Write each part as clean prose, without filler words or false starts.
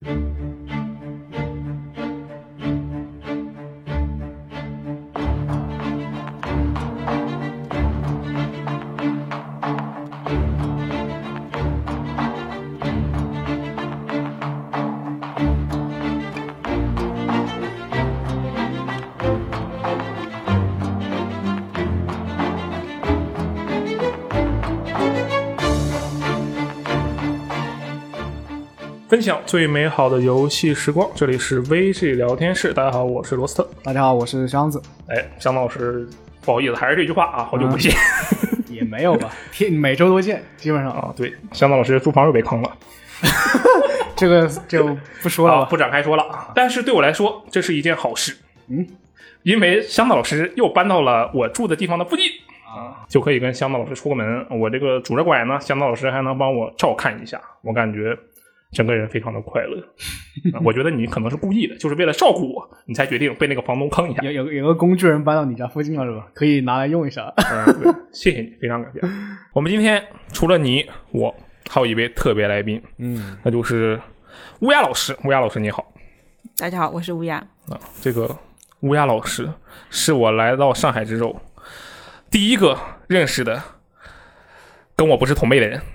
分享最美好的游戏时光，这里是 VG 聊天室。大家好，我是罗斯特。 大家好，我是箱子。 箱老师，不好意思，还是这句话啊，好久不见。 也没有吧，每周都见，基本上啊。对，箱老师租房又被坑了。 这个就不说了、 不展开说了。但是对我来说，这是一件好事。因为箱老师又搬到了我住的地方的附近就可以跟箱老师出个门。我这个拄着拐呢，箱老师还能帮我照看一下，我感觉整个人非常的快乐。我觉得你可能是故意的，就是为了照顾我，你才决定被那个房东坑一下。 有个工具人搬到你家附近了是吧？可以拿来用一下。 对，谢谢你，非常感谢。我们今天除了你，我还有一位特别来宾，那就是乌鸦老师。乌鸦老师你好。 大家好，我是乌鸦。 这个乌鸦老师是我来到上海之后第一个认识的跟我不是同辈的人。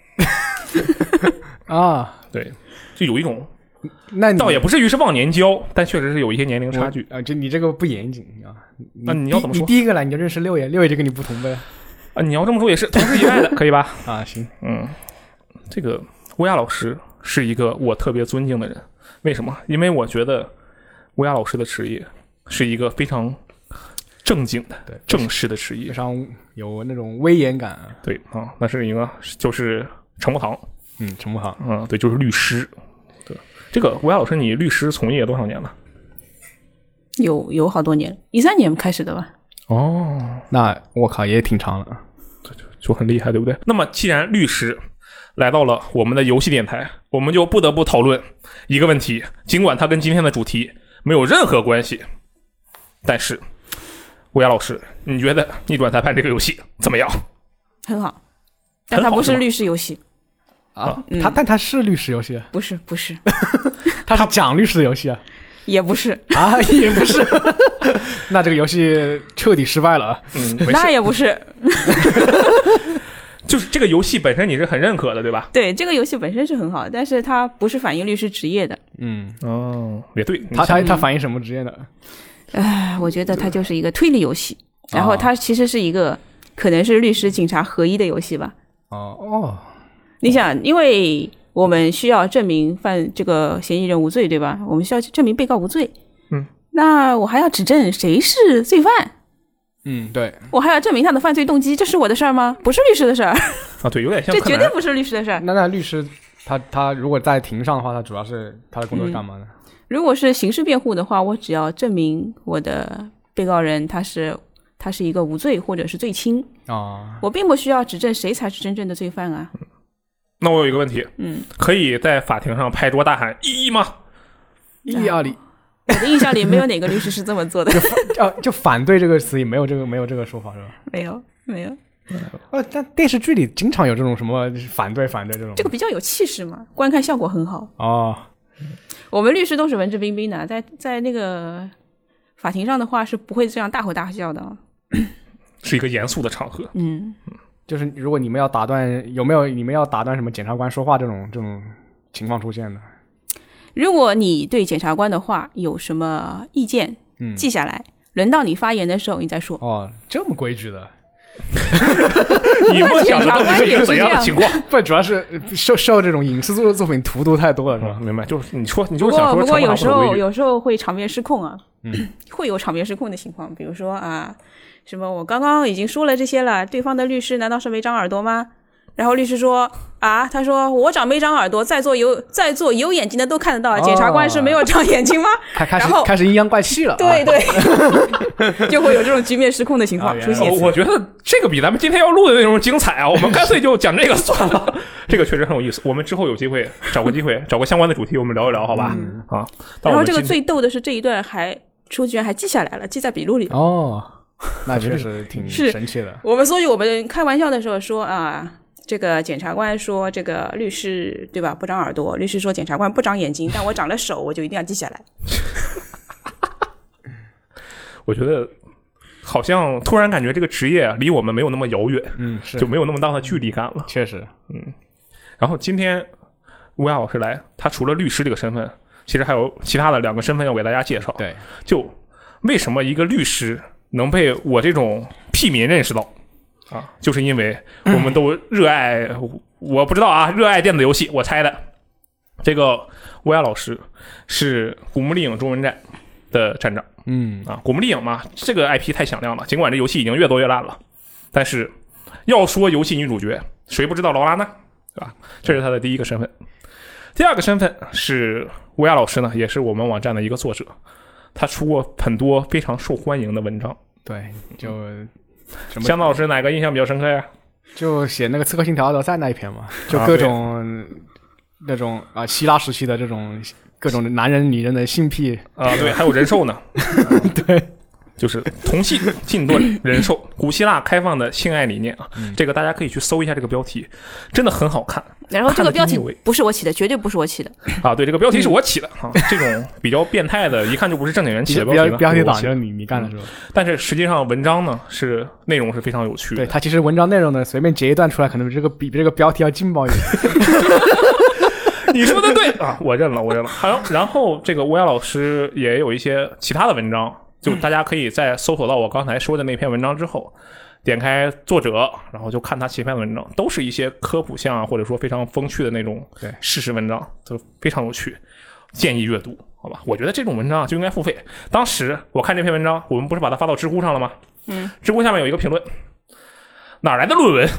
啊， 对，就有一种， 那倒也不至于是忘年交，但确实是有一些年龄差距。 就你这个不严谨啊！ 那你要怎么说？ 你第一个来你就认识六爷，六爷就跟你不同辈啊！你要这么说也是，同事以外的可以吧？ 啊，行， 这个乌鸦老师是一个我特别尊敬的人，为什么？因为我觉得乌鸦老师的职业是一个非常正经的、正式的职业， 非常有那种威严感。 对啊，那是一个就是陈木堂。 陈木堂， 对，就是律师。对，这个乌鸦老师，你律师从业多少年了？ 有好多年，13年开始的吧。 哦， 那我靠，也挺长了， 就很厉害，对不对？那么，既然律师来到了我们的游戏电台，我们就不得不讨论一个问题，尽管它跟今天的主题没有任何关系，但是乌鸦老师，你觉得《逆转裁判》这个游戏怎么样？ 很好，但它不是律师游戏。 但它是律师游戏？ 不是， 它是讲律师的游戏啊？ 也不是啊，也不是。那这个游戏彻底失败了。 那也不是。 就是这个游戏本身你是很认可的，对吧？ 对，这个游戏本身是很好，但是它不是反映律师职业的。 也对。 它反映什么职业的？ 我觉得它就是一个推理游戏，然后它其实是一个可能是律师警察合一的游戏吧。你想，因为我们需要证明这个嫌疑人无罪，对吧？我们需要证明被告无罪。那我还要指证谁是罪犯。 对。 我还要证明他的犯罪动机，这是我的事儿吗？不是律师的事儿。 对，有点像。 这绝对不是律师的事儿。 那律师他如果在庭上的话，他主要是他的工作是干嘛呢？ 如果是刑事辩护的话，我只要证明我的被告人他是一个无罪或者是罪轻我并不需要指证谁才是真正的罪犯啊。 那我有一个问题，可以在法庭上拍桌大喊异议吗？ 异议啊！ 我的印象里没有哪个律师是这么做的。 就反对这个词也没有这个说法是吧？ 没有。 但电视剧里经常有这种什么反对这种， 这个比较有气势嘛，观看效果很好。我们律师都是文质彬彬的，在那个法庭上的话是不会这样大吼大笑的。 是一个严肃的场合。 就是如果你们要打断，有没有你们要打断什么检察官说话这种情况出现的？ 如果你对检察官的话有什么意见，记下来，轮到你发言的时候你再说。 这么规矩的。 你梦想的到底是一个怎样的情况？ 不，主要是受这种影视作品荼毒太多了，是吧？ 明白，就是你就是想说。 不过有时候会场面失控啊，会有场面失控的情况，比如说什么我刚刚已经说了这些了，对方的律师难道是没长耳朵吗？然后律师说他说我没长耳朵，在座有眼睛的都看得到，检察官是没有长眼睛吗？ 开始阴阳怪气了。 对，就会有这种局面失控的情况出现。 我觉得这个比咱们今天要录的内容精彩啊！我们干脆就讲这个算了。这个确实很有意思，我们之后有机会找个相关的主题，我们聊一聊，好吧？ 然后这个最逗的是这一段居然还记下来了，记在笔录里。 那确实挺神奇的。 所以我们开玩笑的时候说这个检察官说这个律师对吧不长耳朵，律师说检察官不长眼睛，但我长了手，我就一定要记下来。 我觉得好像突然感觉这个职业离我们没有那么遥远， 是就没有那么大的距离感了。 确实， 然后今天乌鸦老师来，他除了律师这个身份，其实还有其他的2个身份要给大家介绍。 对， 就为什么一个律师能被我这种屁民认识到啊？就是因为我们都热爱，我不知道啊，热爱电子游戏，我猜的。这个乌鸦老师是古墓丽影中文站的站长。古墓丽影嘛，这个 IP 太响亮了，尽管这游戏已经越做越烂了，但是要说游戏女主角，谁不知道劳拉呢？对吧？这是他的第一个身份。第二个身份是乌鸦老师呢，也是我们网站的一个作者，他出过很多非常受欢迎的文章。 对，就香老师哪个印象比较深刻呀？ 就写那个《刺客信条：德赛》那一篇嘛，就各种那种希腊时期的这种各种男人女人的性癖对，还有人兽呢。 对， 就是同性禁断人兽，古希腊开放的性爱理念啊，这个大家可以去搜一下这个标题，真的很好看。 然后这个标题不是我起的，绝对不是我起的啊！对，这个标题是我起的啊。这种比较变态的，一看就不是正经人起的标题呢。 标题党就是你干的是吧？ 但是实际上文章呢是内容是非常有趣的。 对，它其实文章内容呢随便截一段出来，可能比这个标题要劲爆一点。 你说的对啊，我认了。好，然后这个乌鸦老师也有一些其他的文章。就大家可以在搜索到我刚才说的那篇文章之后，点开作者，然后就看他其他的文章，都是一些科普项啊，或者说非常风趣的那种事实文章，都非常有趣，建议阅读，好吧？我觉得这种文章就应该付费。当时我看这篇文章，我们不是把它发到知乎上了吗？知乎下面有一个评论，哪来的论文？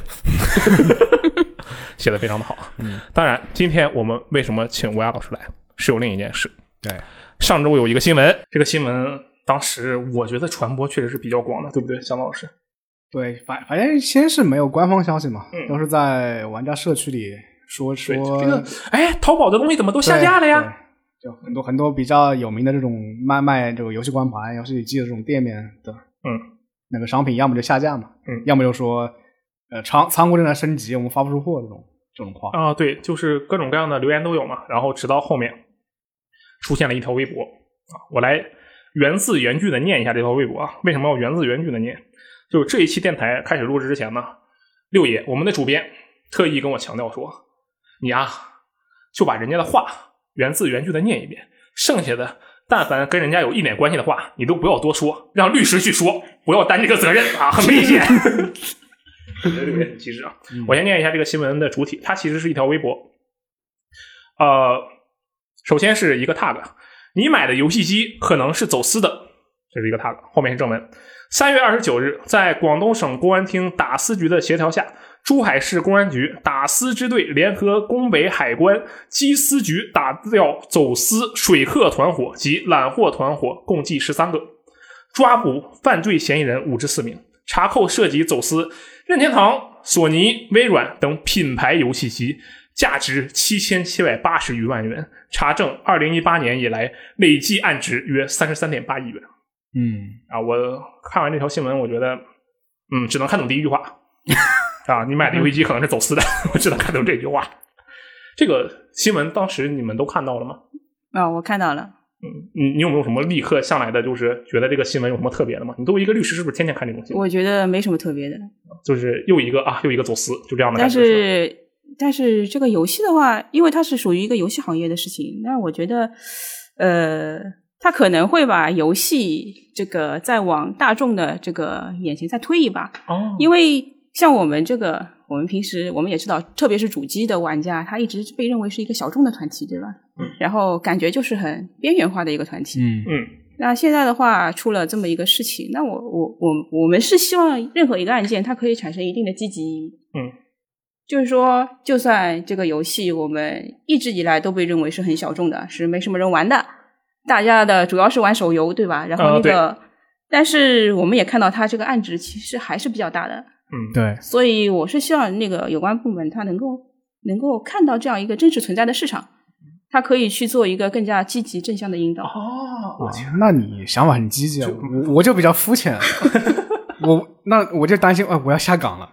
写得非常的好。当然，今天我们为什么请乌鸦老师来，是有另一件事。 对， 上周有一个新闻，这个新闻。当时我觉得传播确实是比较广的，对不对，香老师？ 对，反正先是没有官方消息嘛，都是在玩家社区里说这个，淘宝的东西怎么都下架了呀？ 就很多比较有名的这种卖这种游戏光盘、游戏机的这种店面的，那个商品要么就下架嘛，要么就说仓库正在升级，我们发不出货这种话啊，对，就是各种各样的留言都有嘛。然后直到后面出现了一条微博啊，我来原字原句的念一下这条微博啊。为什么要原字原句的念？就是这一期电台开始录制之前呢，六爷我们的主编特意跟我强调说，你啊就把人家的话原字原句的念一遍，剩下的但凡跟人家有一点关系的话你都不要多说，让律师去说，不要担这个责任啊，很危险。我觉得这个很机智啊。我先念一下这个新闻的主体，它其实是一条微博。首先是一个 tag， 你买的游戏机可能是走私的，这是一个 tag， 后面是正文。3月29日，在广东省公安厅打私局的协调下，珠海市公安局打私支队联合拱北海关缉私局打掉走私水客团伙及揽货团伙共计13个，抓捕犯罪嫌疑人5至4名，查扣涉及走私任天堂、索尼、微软等品牌游戏机价值7780余万元，查证2018年以来累计案值约 33.8 亿元。我看完这条新闻，我觉得只能看懂第一句话啊，你买的游戏机可能是走私的，我只能看懂这句话。这个新闻当时你们都看到了吗？ 我看到了。 你有没有什么立刻上来的就是觉得这个新闻有什么特别的吗？你作为一个律师是不是天天看这种新闻？ 我觉得没什么特别的， 就是又一个走私，就这样的感觉。但是这个游戏的话，因为它是属于一个游戏行业的事情，那我觉得他可能会把游戏这个再往大众的这个眼前再推一把。因为像我们平时我们也知道，特别是主机的玩家，他一直被认为是一个小众的团体，对吧？然后感觉就是很边缘化的一个团体。那现在的话出了这么一个事情，那我们是希望任何一个案件它可以产生一定的积极意义。就是说就算这个游戏我们一直以来都被认为是很小众的，是没什么人玩的，大家的主要是玩手游，对吧？然后但是我们也看到它这个案值其实还是比较大的。 对。 所以我是希望那个有关部门它能够看到这样一个真实存在的市场，它可以去做一个更加积极正向的引导。 那你想法很积极啊，我就比较肤浅。 我就担心我要下岗了。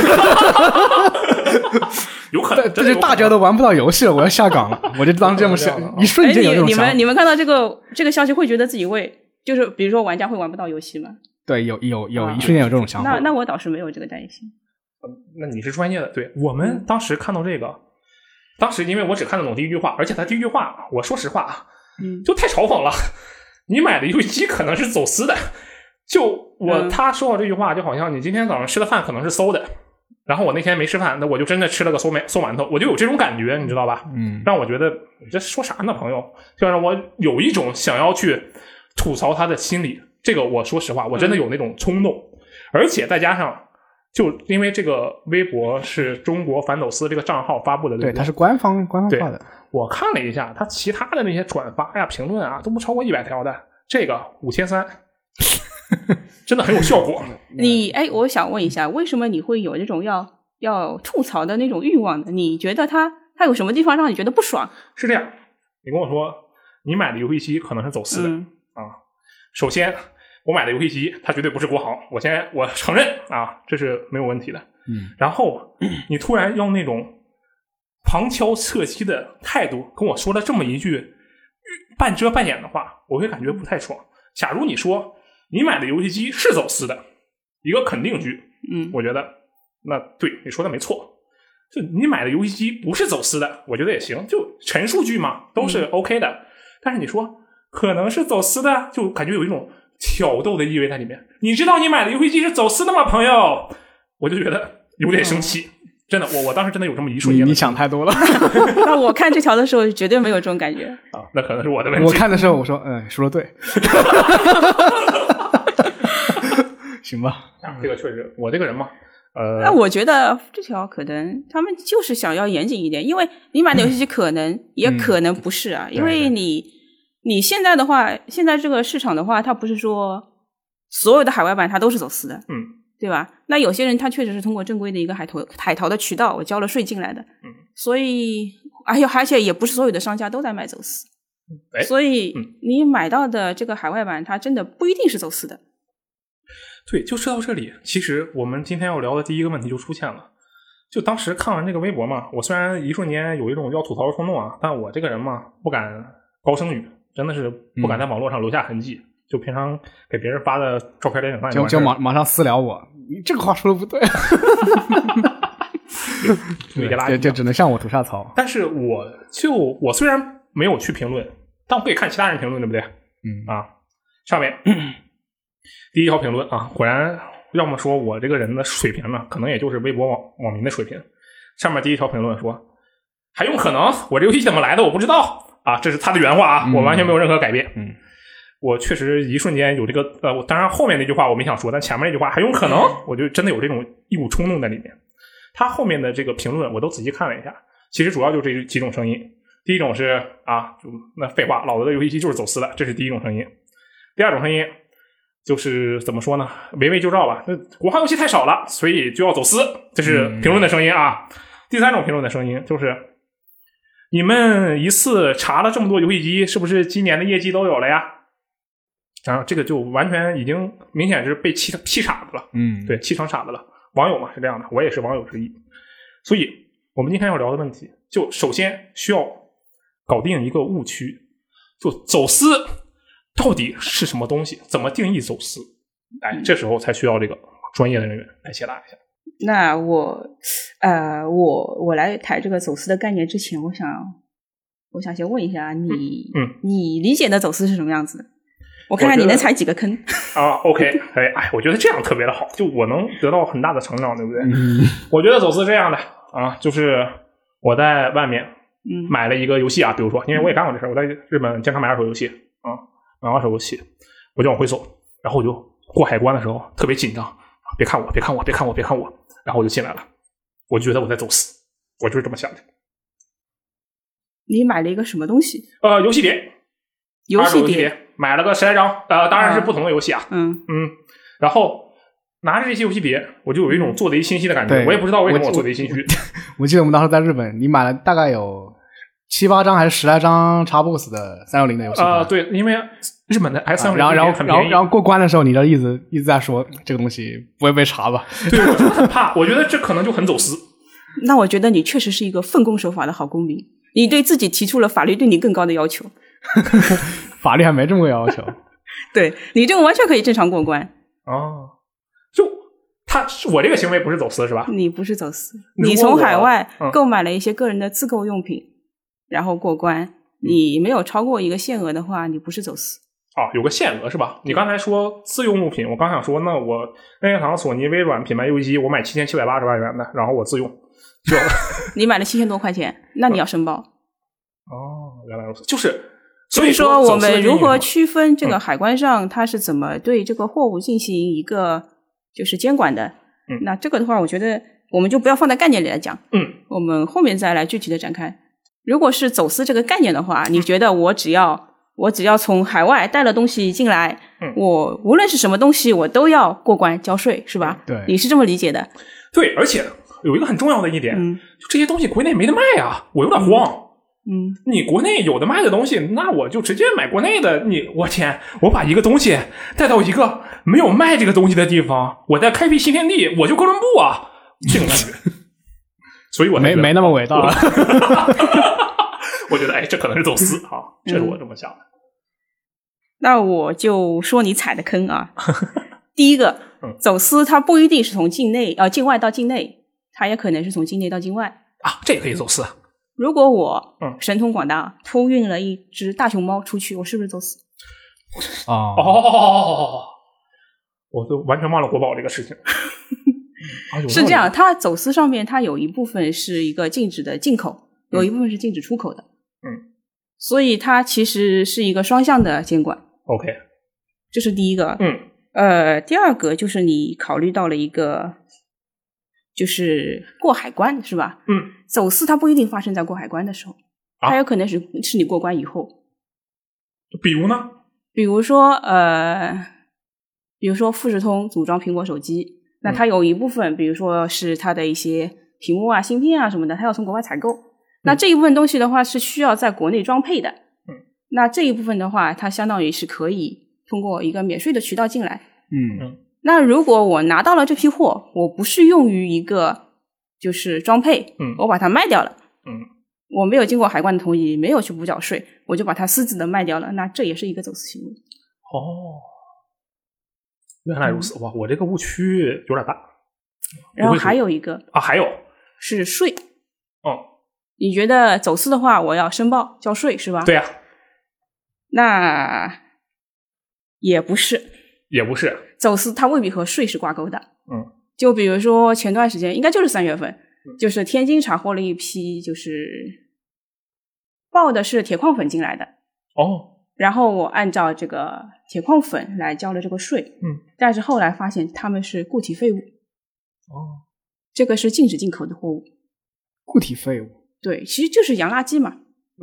有可能， 这大家都玩不到游戏了，我要下岗了，我就当这么想，一瞬间有这种想法。 你们看到这个消息会觉得自己就是比如说玩家会玩不到游戏吗？ 对，有一瞬间有这种想法。 那我倒是没有这个担心。 那你是专业的，对，我们当时看到这个，当时因为我只看得懂第一句话，而且他第一句话，我说实话，就太嘲讽了。你买的游戏机可能是走私的，他说到这句话，就好像你今天早上吃的饭可能是馊的。然后我那天没吃饭，那我就真的吃了个馊馒头，我就有这种感觉，你知道吧？让我觉得你这说啥呢，朋友？就让我有一种想要去吐槽他的心理。这个我说实话，我真的有那种冲动，而且再加上，就因为这个微博是中国反走私这个账号发布的， 对，它是官方发的。 我看了一下，他其他的那些转发呀、评论啊，都不超过100条的，这个5300。真的很有效果。 我想问一下，为什么你会有这种要吐槽的那种欲望呢？你觉得他有什么地方让你觉得不爽？ 是这样，你跟我说你买的游戏机可能是走私的首先我买的游戏机它绝对不是国行，我承认这是没有问题的。然后你突然用那种旁敲侧击的态度跟我说了这么一句半遮半掩的话，我会感觉不太爽。假如你说你买的游戏机是走私的，一个肯定句，我觉得那对你说的没错。就你买的游戏机不是走私的，我觉得也行，就陈述句嘛，都是 OK 的。但是你说可能是走私的，就感觉有一种挑逗的意味在里面。你知道你买的游戏机是走私的吗，朋友？我就觉得有点生气。真的，我当时真的有这么一瞬间。 你想太多了。 那我看这条的时候绝对没有这种感觉那可能是我的问题。 我看的时候我说说的对。行吧， 这个确实，我这个人嘛， 那我觉得这条可能他们就是想要严谨一点，因为你买的游戏机可能也可能不是啊，因为你现在的话，现在这个市场的话，它不是说所有的海外版它都是走私的，对吧？那有些人他确实是通过正规的一个海淘的渠道，我交了税进来的，所以而且也不是所有的商家都在卖走私，所以你买到的这个海外版，它真的不一定是走私的。 对，就说到这里，其实我们今天要聊的第一个问题就出现了。就当时看完这个微博嘛，我虽然一瞬间有一种要吐槽的冲动但我这个人嘛，不敢高声语，真的是不敢在网络上留下痕迹。就平常给别人发的照片连整就马上私聊我，你这个话说的不对。就只能向我吐下槽。 但是我虽然没有去评论，但我可以看其他人评论，对不对？上面第一条评论果然要么说我这个人的水平呢，可能也就是微博网民的水平。上面第一条评论说，还用可能？我这游戏怎么来的我不知道这是他的原话我完全没有任何改变。我确实一瞬间有这个当然后面那句话我没想说，但前面那句话还用可能，我就真的有这种一股冲动在里面。他后面的这个评论我都仔细看了一下，其实主要就这几种声音。第一种是那废话，老子的游戏机就是走私的，这是第一种声音。第二种声音就是怎么说呢，围魏救赵吧，国行游戏太少了，所以就要走私，这是评论的声音第三种评论的声音就是你们一次查了这么多游戏机，是不是今年的业绩都有了呀？然后这个就完全已经明显是被气傻子了，对，气成傻子了。网友嘛是这样的，我也是网友之一。所以我们今天要聊的问题，就首先需要搞定一个误区，就走私到底是什么东西，怎么定义走私？这时候才需要这个专业的人员来解答一下。 那我来谈这个走私的概念之前，我想先问一下你理解的走私是什么样子的？我看看你能踩几个坑 OK， 我觉得这样特别的好，就我能得到很大的成长，对不对？我觉得走私这样的就是我在外面买了一个游戏比如说，因为我也干过这事，我在日本经常买二手游戏买二手游戏，我就往回走，然后我就过海关的时候特别紧张，别看我，然后我就进来了，我就觉得我在走私，我就是这么想的。 你买了一个什么东西？ 游戏碟。 游戏碟买了个10来张，当然是不同的游戏然后拿着这些游戏碟，我就有一种做贼心虚的感觉，我也不知道为什么我做贼心虚。 我记得我们当时在日本，你买了大概有7、8张还是10来张 Xbox 的360的游戏对，因为日本的 S3 然后过关的时候，你就一直在说这个东西不会被查吧？ 对，我真的很怕，我觉得这可能就很走私。 那我觉得你确实是一个奉公守法的好公民，你对自己提出了法律对你更高的要求。 法律还没这么个要求。 对，你这个完全可以正常过关。 哦，就我这个行为不是走私是吧？ 你不是走私，你从海外购买了一些个人的自购用品，然后过关，你没有超过一个限额的话，你不是走私。 有个限额是吧？你刚才说自用物品，我刚想说，那我任天堂、索尼、微软品牌游戏机，我买7780万元的，然后我自用，就你买了7000多块钱，那你要申报。 原来如此，就是。 所以说我们如何区分这个海关上它是怎么对这个货物进行一个就是监管的，那这个的话我觉得我们就不要放在概念里来讲，我们后面再来具体的展开。如果是走私这个概念的话，你觉得我只要从海外带了东西进来，我无论是什么东西我都要过关交税是吧？ 对， 你是这么理解的。 对，而且有一个很重要的一点，就这些东西国内没得卖啊，我有点慌。你国内有的卖的东西，那我就直接买国内的。我天，我把一个东西带到一个没有卖这个东西的地方，我在开辟新天地，我就哥伦布啊，这种感觉。所以我没那么伟大。 我觉得这可能是走私啊，这是我这么想的。 那我就说你踩的坑啊。第一个，走私它不一定是从境外到境内，它也可能是从境内到境外啊，这也可以走私。 如果我神通广大偷运了一只大熊猫出去，我是不是走私？ 我都完全忘了国宝这个事情。 是这样，它走私上面它有一部分是一个禁止的进口，有一部分是禁止出口的。所以它其实是一个双向的监管。 OK， 这是第一个。第二个就是你考虑到了一个就是过海关是吧？走私它不一定发生在过海关的时候，它有可能是你过关以后。 比如呢？ 比如说富士通组装苹果手机，那它有一部分比如说是它的一些屏幕啊、芯片啊什么的，它要从国外采购。那这一部分东西的话是需要在国内装配的。那这一部分的话，它相当于是可以通过一个免税的渠道进来。那如果我拿到了这批货，我不是用于一个就是装配，我把它卖掉了，我没有经过海关的同意，没有去补缴税，我就把它私自的卖掉了，那这也是一个走私行为。 原来如此，哇，我这个误区有点大。 然后还有一个还有是税。你觉得走私的话，我要申报交税是吧？ 对呀。 那也不是。走私它未必和税是挂钩的。就比如说前段时间应该就是3月份，就是天津查获了一批就是报的是铁矿粉进来的。然后我按照这个铁矿粉来交了这个税。但是后来发现他们是固体废物。这个是禁止进口的货物。 固体废物。 对，其实就是洋垃圾嘛。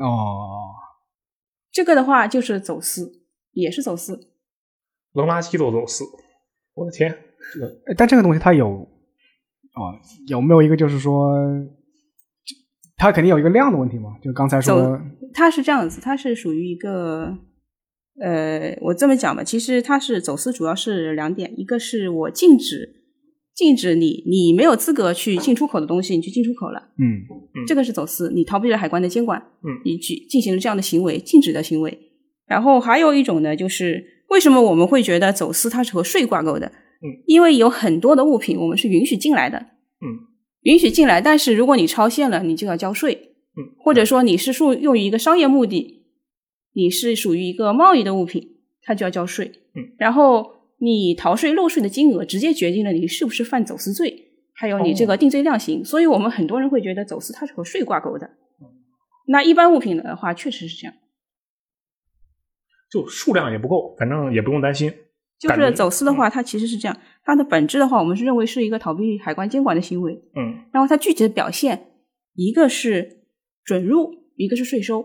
这个的话就是走私，也是走私。 扔垃圾都走私，我的天！ 但这个东西它有没有一个就是说，它肯定有一个量的问题嘛？就刚才说， 它是这样子，它是属于一个我这么讲吧，其实它是走私，主要是2点，一个是我禁止你没有资格去进出口的东西，你去进出口了，这个是走私，你逃避了海关的监管，你去进行了这样的行为，禁止的行为。然后还有一种呢，就是为什么我们会觉得走私它是和税挂钩的？因为有很多的物品我们是允许进来的，允许进来，但是如果你超限了，你就要交税，或者说你是用于一个商业目的，你是属于一个贸易的物品，它就要交税。然后你逃税漏税的金额直接决定了你是不是犯走私罪，还有你这个定罪量刑。所以我们很多人会觉得走私它是和税挂钩的。那一般物品的话确实是这样， 就数量也不够，反正也不用担心。 就是走私的话它其实是这样，它的本质的话我们是认为是一个逃避海关监管的行为。然后它具体的表现，一个是准入，一个是税收。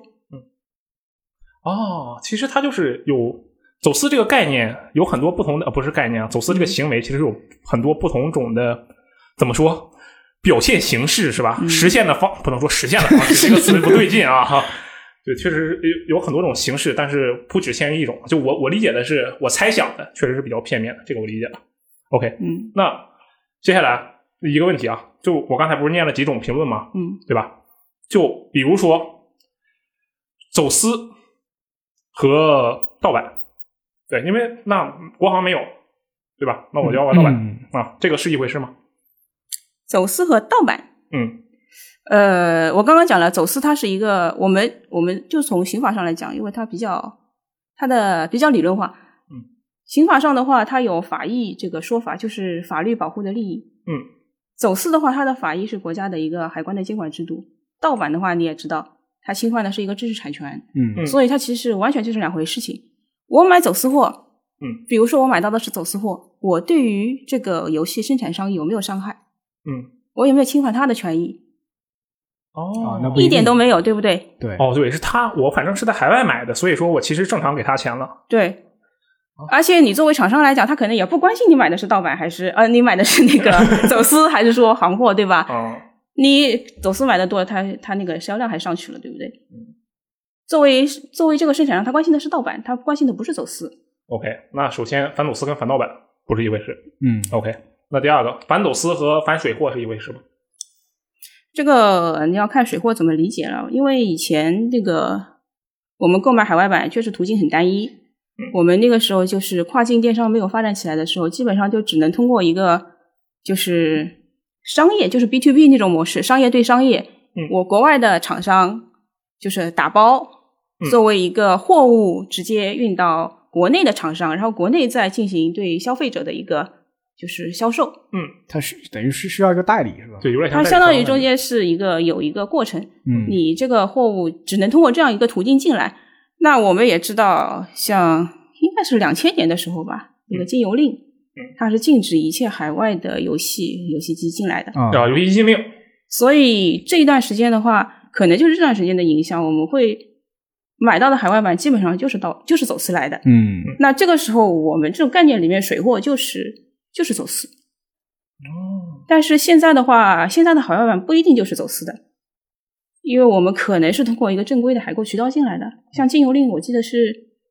其实它就是有走私这个概念有很多不同的不是概念啊，走私这个行为其实有很多不同种的怎么说表现形式是吧？实现的方不能说实现的方式这个词不对劲啊哈。 对，确实有很多种形式，但是不只限于一种。就我理解的是，我猜想的确实是比较片面的，这个我理解了。OK，那接下来一个问题啊，就我刚才不是念了几种评论吗？对吧？就比如说走私和盗版，对，因为那国行没有，对吧？那我就要玩盗版啊，这个是一回事吗？ 走私和盗版，我刚刚讲了，走私它是一个我们就从刑法上来讲，因为它比较理论化。刑法上的话，它有法益这个说法，就是法律保护的利益。走私的话，它的法益是国家的一个海关的监管制度。盗版的话，你也知道，它侵犯的是一个知识产权。所以它其实完全就是两回事情。我买走私货，比如说我买到的是走私货，我对于这个游戏生产商有没有伤害？我有没有侵犯他的权益？一点都没有，对不对？ 对。 对，是我反正是在海外买的，所以说我其实正常给他钱了。 对。而且你作为厂商来讲，他可能也不关心你买的是盗版还是你买的是那个走私还是说行货，对吧？你走私买的多，他那个销量还上去了，对不对？作为这个生产商，他关心的是盗版，他关心的不是走私。 OK， 那首先反走私跟反盗版不是一回事。OK， 那第二个反走私和反水货是一回事吗？ 这个你要看水货怎么理解了，因为以前这个我们购买海外版确实途径很单一。我们那个时候就是跨境电商没有发展起来的时候，基本上就只能通过一个就是商业，就是 B2B 那种模式，商业对商业。我国外的厂商就是打包，作为一个货物直接运到国内的厂商，然后国内再进行对消费者的一个就是销售。 它是等于是需要一个代理是吧？ 对，有点像它相当于中间是有一个过程。你这个货物只能通过这样一个途径进来。那我们也知道，像应该是2000年的时候吧，那个禁游令，它是禁止一切海外的游戏机进来的。 游戏机禁令。 所以这一段时间的话，可能就是这段时间的影响，我们会买到的海外版基本上就是走私来的。那这个时候我们这种概念里面，水货就是走私。但是现在的话，现在的海外版不一定就是走私的。因为我们可能是通过一个正规的海购渠道进来的，像禁游令我记得是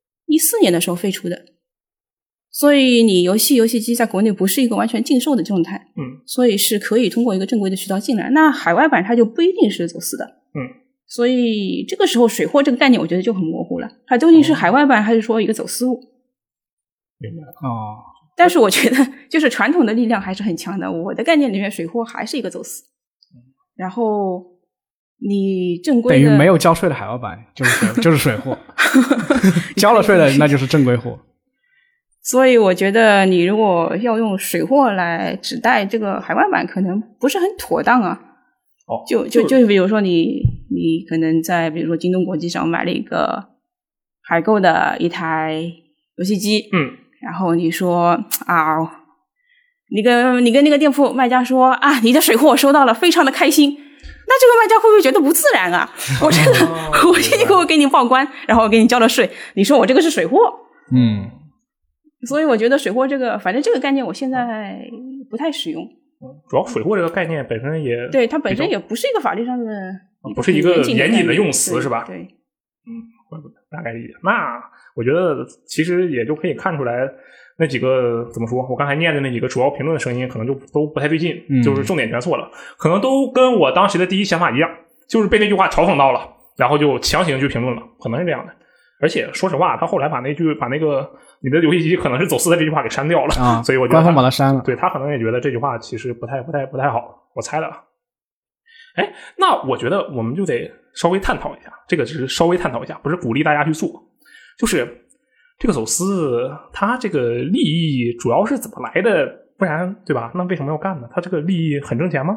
14年的时候废除的，所以你游戏机在国内不是一个完全禁售的状态，所以是可以通过一个正规的渠道进来。那海外版它就不一定是走私的，所以这个时候水货这个概念我觉得就很模糊了，它究竟是海外版还是说一个走私物？ 明白了。 但是我觉得就是传统的力量还是很强的，我的概念里面水货还是一个走私，然后你正规的等于没有交税的海外版就是水货，交了税的那就是正规货。 所以我觉得你如果要用水货来指代这个海外版，可能不是很妥当啊。就比如说你可能在比如说京东国际上买了一个海购的一台游戏机，然后你说你跟那个店铺卖家说你的水货我收到了，非常的开心。那这个卖家会不会觉得不自然啊？我这个我辛辛苦苦给你报关，然后给你交了税，你说我这个是水货？所以我觉得水货反正这个概念我现在不太使用。 主要水货这个概念本身也对它本身也不是一个法律上的， 不是一个严谨的用词，是吧？ 对， 大概理解。那我觉得其实也就可以看出来。那几个怎么说？我刚才念的那几个主要评论的声音，可能就都不太对劲，就是重点全错了，可能都跟我当时的第一想法一样，就是被那句话嘲讽到了，然后就强行去评论了，可能是这样的。而且说实话，他后来把那个你的游戏机可能是走私的这句话给删掉了，所以我觉得官方把它删了。 对，他可能也觉得这句话其实不太好，我猜的。那我觉得我们就得稍微探讨一下，这个只是稍微探讨一下，不是鼓励大家去做，就是这个走私它这个利益主要是怎么来的？不然对吧？那为什么要干呢？它这个利益很挣钱吗？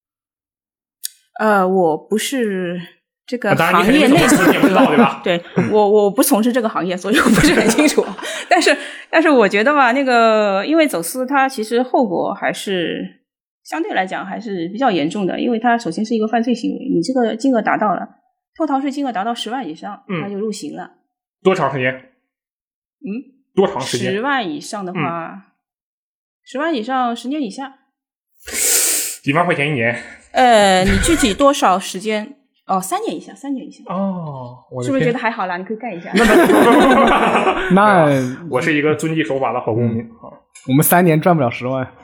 我不是这个行业内的， 你也不知道对吧？ 对，我不从事这个行业，所以我不是很清楚。但是我觉得吧，那个因为走私它其实后果还是相对来讲还是比较严重的，因为它首先是一个犯罪行为，你这个金额达到了偷逃税金额达到10万以上，它就入刑了。 多长时间？多长时间？ 10万以上的话，10万以上10年以下。 几万块钱一年？ 你具体多少时间哦，3年以下。 哦， 是不是觉得还好啦？你可以干一下。 那我是一个遵纪守法的好公民。 我们3年赚不了10万。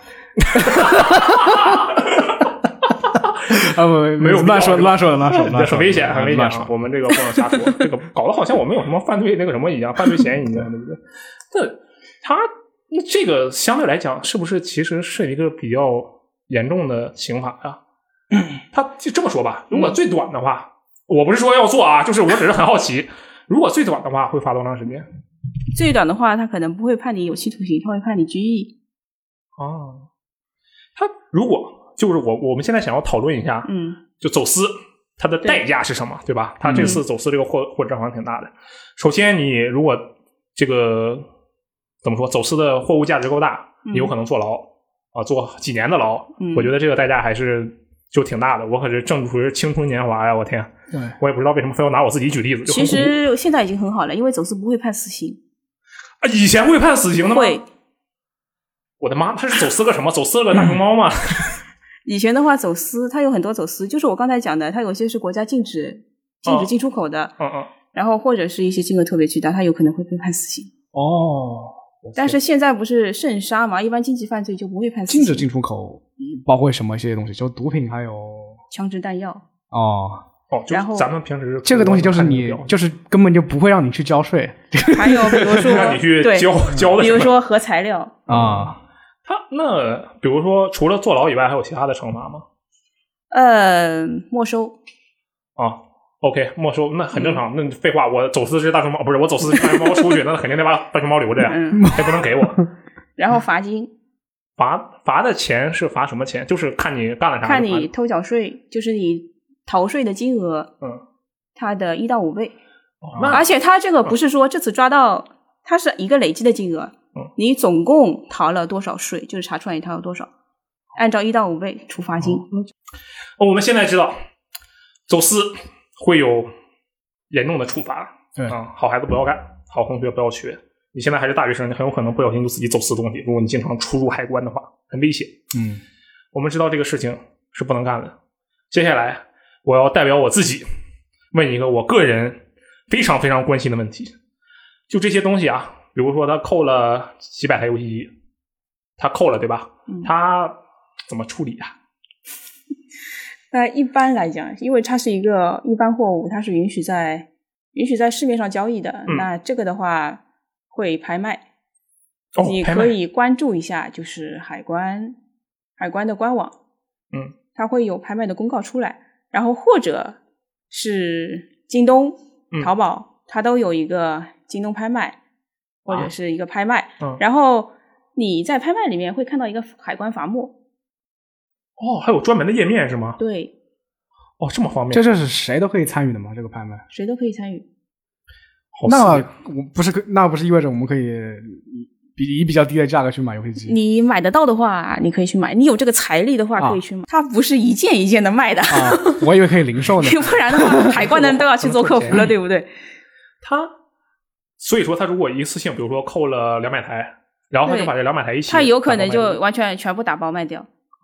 啊不， 没有乱说， 很危险，很危险。我们这个不能瞎说，这个搞得好像我们有什么犯罪那个什么一样，犯罪嫌疑一样，对不对？那他这个相对来讲，是不是其实是一个比较严重的刑法呀？他就这么说吧，如果最短的话，我不是说要做啊，就是我只是很好奇，如果最短的话会罚多长时间？ 最短的话，他可能不会判你有期徒刑，他会判你拘役。 哦，他如果就是我们现在想要讨论一下，就走私它的代价是什么， 对吧？他这次走私这个货账好像挺大的。首先，你如果这个怎么说，走私的货物价值够大，你有可能坐牢啊，坐几年的牢。我觉得这个代价还是就挺大的。我可是正值青春年华呀，我天！ 对， 我也不知道为什么非要拿我自己举例子。 其实现在已经很好了，因为走私不会判死刑啊，以前会判死刑的吗？ 会。 我的妈，他是走私个什么？走私了个大熊猫吗？ 以前的话，走私它有很多走私，就是我刚才讲的，它有些是国家禁止进出口的，然后或者是一些金额特别巨大，它有可能会被判死刑。 哦， 但是现在不是慎杀嘛，一般经济犯罪就不会判死刑。 禁止进出口包括什么一些东西？就毒品还有枪支弹药。 哦， 然后咱们平时这个东西就是你就是根本就不会让你去交税， 还有比如说让你去交的， 比如说核材料啊。他那比如说除了坐牢以外还有其他的惩罚吗？ 没收。 啊 OK， 没收那很正常。那废话，我走私只大熊猫，不是我走私只大熊猫出去，那肯定得把大熊猫留着呀，还不能给我。 然后罚金。 罚的钱是罚什么钱？就是看你干了啥， 看你偷缴税，就是你逃税的金额，它的1到5倍。而且它这个不是说这次抓到，它是一个累积的金额。你总共逃了多少税，就是查出来你逃了多少，按照1到5倍处罚金。 我们现在知道走私会有严重的处罚， 对好孩子不要干，好同学不要学。你现在还是大学生，你很有可能不小心就自己走私东西，如果你经常出入海关的话，很危险。我们知道这个事情是不能干的。接下来我要代表我自己问一个我个人非常非常关心的问题，就这些东西啊，比如说他扣了几百台游戏机，他扣了对吧？他怎么处理啊？ 一般来讲，因为它是一个一般货物，它是允许在市面上交易的，那这个的话会拍卖。你可以关注一下，就是海关的官网，它会有拍卖的公告出来，然后或者是京东、淘宝，它都有一个京东拍卖。或者是一个拍卖，然后你在拍卖里面会看到一个海关罚没。 还有专门的页面是吗？ 对。 这么方便。 这是谁都可以参与的吗？这个拍卖？ 谁都可以参与。 那不是意味着我们可以以比较低的价格去买游戏机？ 你买得到的话，你可以去买；你有这个财力的话，可以去买。它不是一件一件的卖的。 我以为可以零售呢。 不然的话，海关的人都要去做客服了，对不对？ 所以说他如果一次性比如说扣了200台，然后他就把这200台一起， 他有可能就完全全部打包卖掉。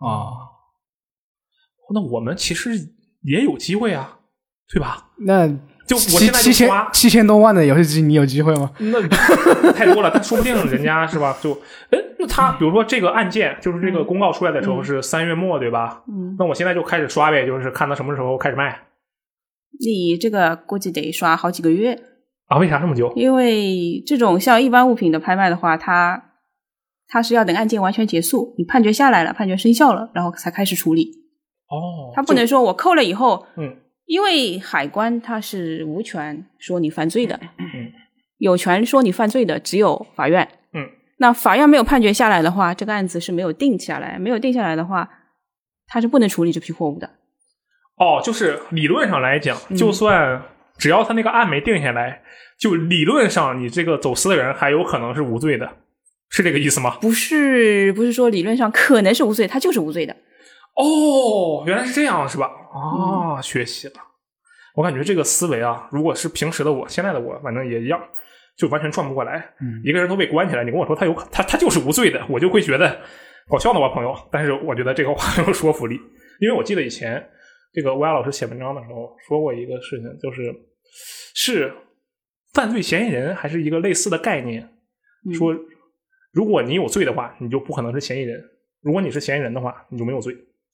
那我们其实也有机会啊，对吧？ 那就我现在就 7000多万的游戏机，你有机会吗？ 那太多了，但说不定人家是吧？就那他比如说这个案件，就是这个公告出来的时候是3月末，对吧？那我现在就开始刷呗，就是看他什么时候开始卖。 你这个估计得刷好几个月。 为啥这么久？ 因为这种像一般物品的拍卖的话，它是要等案件完全结束，你判决下来了，判决生效了，然后才开始处理。他不能说我扣了以后，因为海关它是无权说你犯罪的，有权说你犯罪的只有法院。那法院没有判决下来的话，这个案子是没有定下来，没有定下来的话，它是不能处理这批货物的。 就是理论上来讲，就算只要他那个案没定下来，就理论上你这个走私的人还有可能是无罪的，是这个意思吗？ 不是说理论上可能是无罪，他就是无罪的。 原来是这样是吧？学习了。我感觉这个思维啊，如果是平时的我，现在的我反正也一样，就完全转不过来。一个人都被关起来，你跟我说他就是无罪的，我就会觉得搞笑的吧，朋友。但是我觉得这个话很有说服力，因为我记得以前这个乌鸦老师写文章的时候说过一个事情，是犯罪嫌疑人还是一个类似的概念，说如果你有罪的话，你就不可能是嫌疑人；如果你是嫌疑人的话，你就没有罪。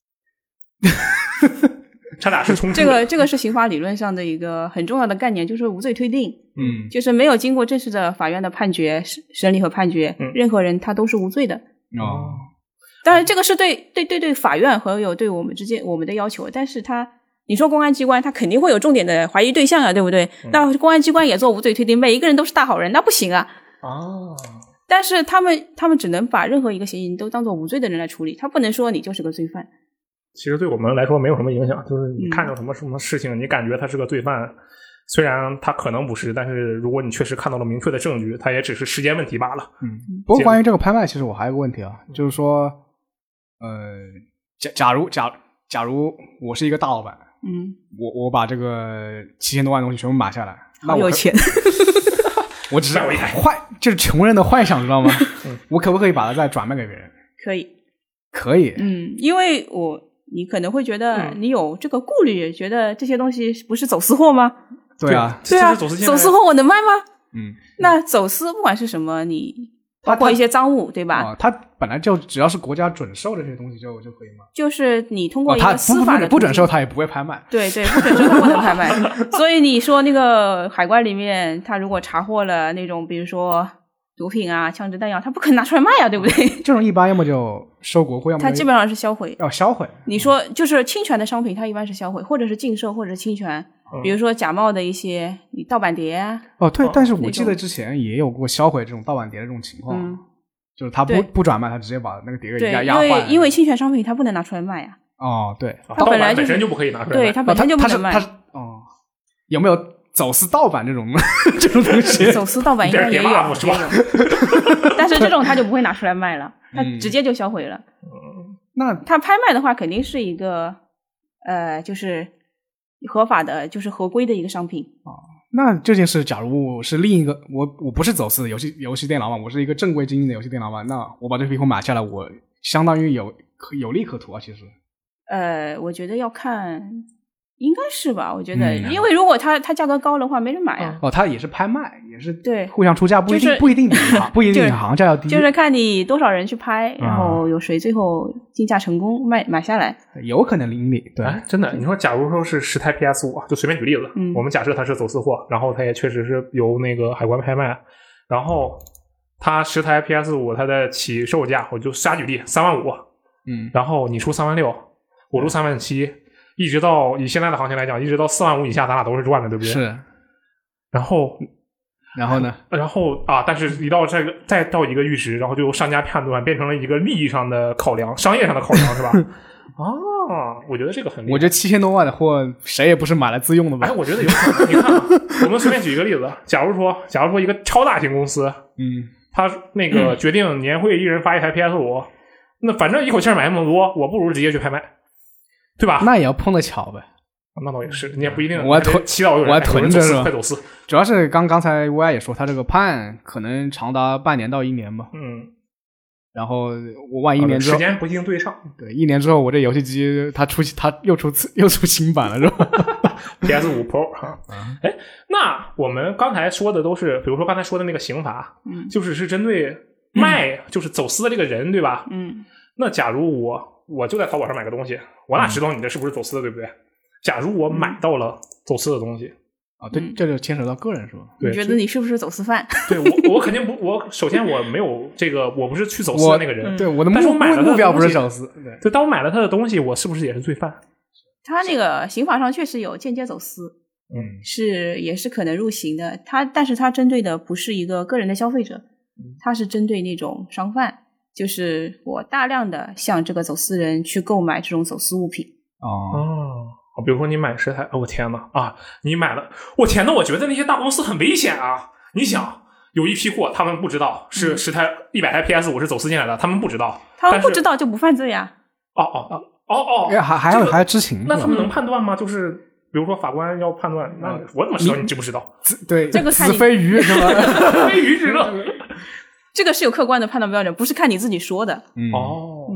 他俩是冲突的。 这个是刑法理论上的一个很重要的概念，就是无罪推定。就是没有经过正式的法院的判决、审理和判决，任何人他都是无罪的。当然这个是对法院和有对我们之间我们的要求，但是你说公安机关他肯定会有重点的怀疑对象啊，对不对？那公安机关也做无罪推定，每一个人都是大好人，那不行啊。但是他们只能把任何一个嫌疑人都当作无罪的人来处理，他不能说你就是个罪犯。 其实对我们来说没有什么影响，就是你看到什么事情，你感觉他是个罪犯，虽然他可能不是，但是如果你确实看到了明确的证据，他也只是时间问题罢了。 不过关于这个拍卖，其实我还有个问题啊，就是说，假如我是一个大老板，我把这个7000多万东西全部买下来， 好有钱。 我只是就是穷人的幻想，知道吗？我可不可以把它再转卖给别人？可以。 因为你可能会觉得你有这个顾虑，觉得这些东西不是走私货吗？ 对啊， 走私货我能卖吗？那走私不管是什么，你包括一些赃物，对吧？ 它本来就只要是国家准售的这些东西就可以吗？ 就是你通过一个司法的不准售，它也不会拍卖。 对，不准售它不能拍卖。所以你说那个海关里面，他如果查获了那种，比如说毒品啊、枪支弹药，他不可能拿出来卖啊，对不对？ 这种一般要么就收国库，要么他基本上是销毁。 要销毁。 你说就是侵权的商品，它一般是销毁，或者是禁售，或者是侵权。比如说假冒的一些盗版碟啊。 对，但是我记得之前也有过销毁这种盗版碟的这种情况，就是他不转卖，他直接把那个碟给压坏。 因为侵权商品他不能拿出来卖啊。 对， 它本来本身就不可以拿出来卖。 对，它本身就不能卖。 有没有走私盗版这种东西？ 走私盗版应该也有， 是吧？ 但是这种他就不会拿出来卖了，他直接就销毁了。 那他拍卖的话，肯定是一个就是合法的，就是合规的一个商品。 那这件事，假如是另一个我不是走私的游戏店老板，我是一个正规经营的游戏店老板，那我把这批货买下来，我相当于有利可图啊。其实， 我觉得要看。应该是吧，我觉得，因为如果它价格高的话，没人买啊。 它也是拍卖，也是对互相出价，不一定不一定行价要低， 就是看你多少人去拍，然后有谁最后竞价成功买下来， 有可能盈利。对， 真的，你说假如说是10台 PS5，就随便举例子，我们假设它是走私货，然后它也确实是由那个海关拍卖，然后它10台 PS5 它的起售价，我就瞎举例35000，然后你出36000，我出37000。一直到以现在的行情来讲，一直到45000以下，咱俩都是赚的，对不对？ 是。 然后呢？ 然后但是一到再到一个阈值，然后就由商家判断变成了一个利益上的考量，商业上的考量，是吧？我觉得这个很厉害。 我觉得7000多万的货，谁也不是买来自用的吧？ 我觉得有可能。你看，我们随便举一个例子，假如说一个超大型公司，他那个决定年会一人发一台 PS5，那反正一口气买那么多，我不如直接去拍卖。对吧？ 那也要碰得巧呗。 那倒也是，你也不一定。 我还囤着是吧？ 快走私。 主要是刚才乌鸦也说，他这个判可能长达半年到1年吧。然后我万一1年之后时间不一定对上。 对，1年之后我这游戏机它又出新版了是吧 ？PS5 Pro 哈。那我们刚才说的都是，比如说刚才说的那个刑罚，就是针对就是走私的这个人，对吧？那假如我就在淘宝上买个东西，我哪知道你这是不是走私的，对不对？假如我买到了走私的东西， 对，这就牵扯到个人是吧？ 你觉得你是不是走私犯？ 对，我肯定不，首先我没有这个，我不是去走私的那个人， 对，我的但是我买了目标不是走私， 对，当我买了他的东西，我是不是也是罪犯？ 他那个刑法上确实有间接走私，也是可能入刑的。但是他针对的不是一个个人的消费者，他是针对那种商贩。就是我大量的向这个走私人去购买这种走私物品。 比如说你买10台，我天哪你买了，我天哪！我觉得那些大公司很危险啊！你想，有一批货，他们不知道是100台 PS5 是走私进来的，他们不知道， 他们不知道就不犯罪呀。 还要知情， 那他们能判断吗？就是比如说法官要判断，那我怎么知道你知不知道？ 对， 这个子非鱼是吧？ 非鱼之乐。 这个是有客观的判断标准，不是看你自己说的。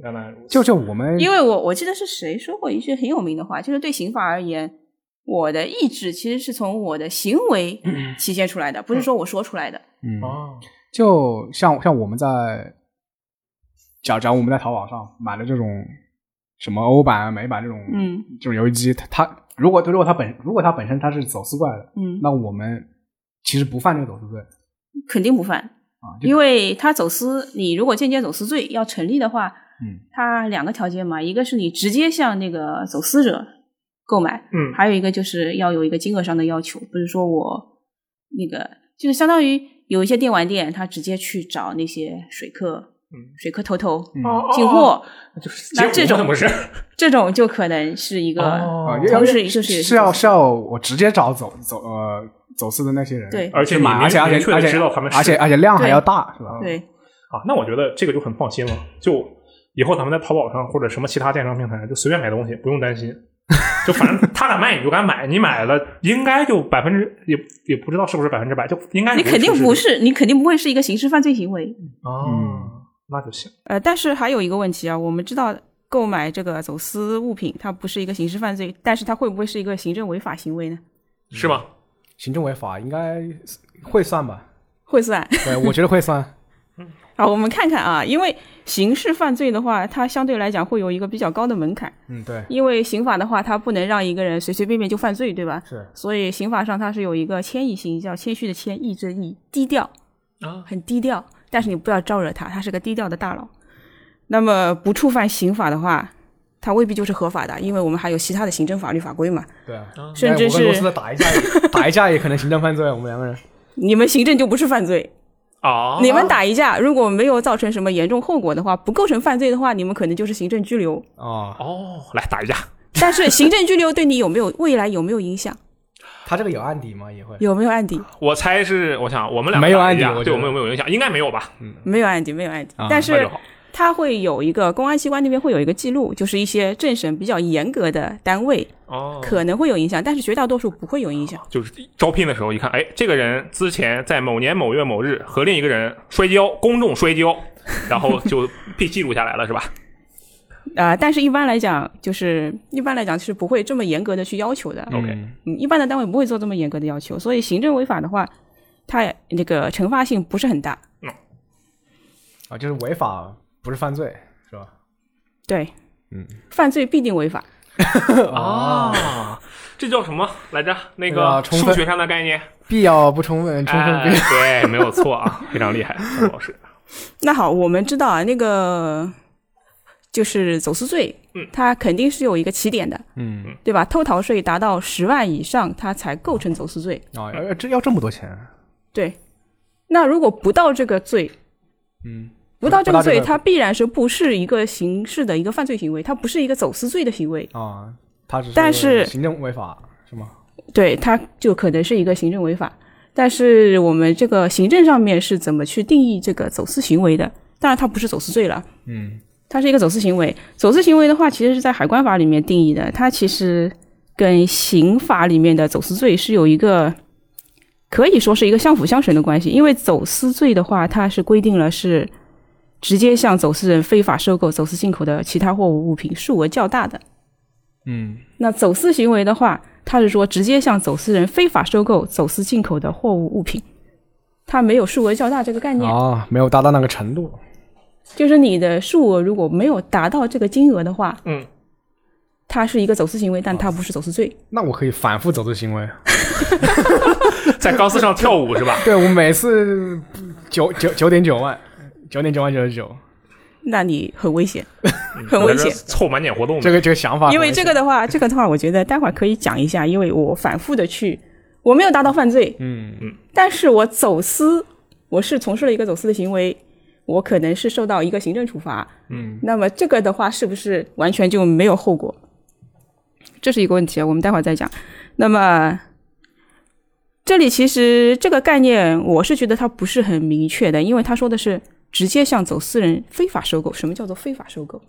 原来如此。 就我们， 因为我记得是谁说过一句很有名的话，就是对刑法而言，我的意志其实是从我的行为体现出来的，不是说我说出来的。 就像我们在假如我们在淘宝上买了这种什么欧版、美版这种游戏机，它如果它本身它是走私过来的，那我们其实不犯这个走私罪， 肯定不犯因为它走私，你如果间接走私罪要成立的话，它2个条件嘛，一个是你直接向那个走私者购买，还有一个就是要有一个金额上的要求，不是说我那个就是相当于有一些电玩店，他直接去找那些水客偷进货， 那这种就可能是一个同时是要我直接找走私的那些人， 对， 而且你明确知道他们而且量还要大，是吧？ 对那我觉得这个就很放心了，就以后咱们在淘宝上或者什么其他电商平台就随便买东西，不用担心。就反正他敢卖你就敢买，你买了应该就也不知道是不是100%，就应该你肯定不是，你肯定不会是一个刑事犯罪行为。 那就行。 但是还有一个问题啊，我们知道购买这个走私物品，它不是一个刑事犯罪，但是它会不会是一个行政违法行为呢？ 是吗？ 行政违法应该会算吧？ 会算。 对，我觉得会算。 好，我们看看啊，因为刑事犯罪的话，它相对来讲会有一个比较高的门槛。 对。 因为刑法的话，它不能让一个人随随便便就犯罪，对吧？ 是。 所以刑法上它是有一个谦抑性，叫谦虚的谦，抑制的抑，低调很低调，但是你不要招惹他，他是个低调的大佬。那么不触犯刑法的话，它未必就是合法的，因为我们还有其他的行政法律法规嘛。 对甚至是我跟罗斯打一架也可能行政犯罪，我们2个人。 你们行政就不是犯罪。你们打一架，如果没有造成什么严重后果的话，不构成犯罪的话，你们可能就是行政拘留。 来打一架。 但是行政拘留对你未来有没有影响？ 他这个有案底吗？也会有没有案底？ 我猜是，我想我们俩没有案底， 对我们有没有影响？应该没有吧？ 没有案底，但是它会有一个公安机关那边会有一个记录，就是一些政审比较严格的单位可能会有影响，但是绝大多数不会有影响。 就是招聘的时候一看，这个人之前在某年某月某日和另一个人摔跤，公众摔跤，然后就被记录下来了，是吧？ 但是一般来讲是不会这么严格的去要求的。 OK， 一般的单位不会做这么严格的要求，所以行政违法的话，它那个惩罚性不是很大。 就是违法不是犯罪，是吧？ 对，犯罪必定违法。 这叫什么来着？那个数学上的概念， 必要不充分，充分必要。 对，没有错啊，非常厉害，张老师。 那好，我们知道那个就是走私罪，它肯定是有一个起点的，对吧？偷逃税达到10万以上，它才构成走私罪。 这要这么多钱？ 对。那如果不到这个罪，不到这个罪，它必然是不是一个刑事的一个犯罪行为，它不是一个走私罪的行为它只是行政违法是吗？ 对，它就可能是一个行政违法。但是我们这个行政上面是怎么去定义这个走私行为的？当然它不是走私罪了，它是一个走私行为。走私行为的话其实是在海关法里面定义的，它其实跟刑法里面的走私罪是有一个可以说是一个相辅相成的关系。因为走私罪的话，它是规定了是直接向走私人非法收购走私进口的其他货物物品，数额较大的。那走私行为的话，它是说直接向走私人非法收购走私进口的货物物品，它没有数额较大这个概念没有达到那个程度。 就是你的数额如果没有达到这个金额的话，它是一个走私行为，但它不是走私罪。 那我可以反复走私行为， 在钢丝上跳舞是吧？ 对，我每次9.9万，9.99999。 那你很危险，很危险， 凑满减活动。 这个想法， 因为这个的话，我觉得待会儿可以讲一下，因为我反复的我没有达到犯罪，但是我走私，我是从事了一个走私的行为，我可能是受到一个行政处罚，那么这个的话是不是完全就没有后果？这是一个问题，我们待会儿再讲。那么这里其实这个概念，我是觉得它不是很明确的，因为他说的是直接向走私人非法收购。什么叫做非法收购？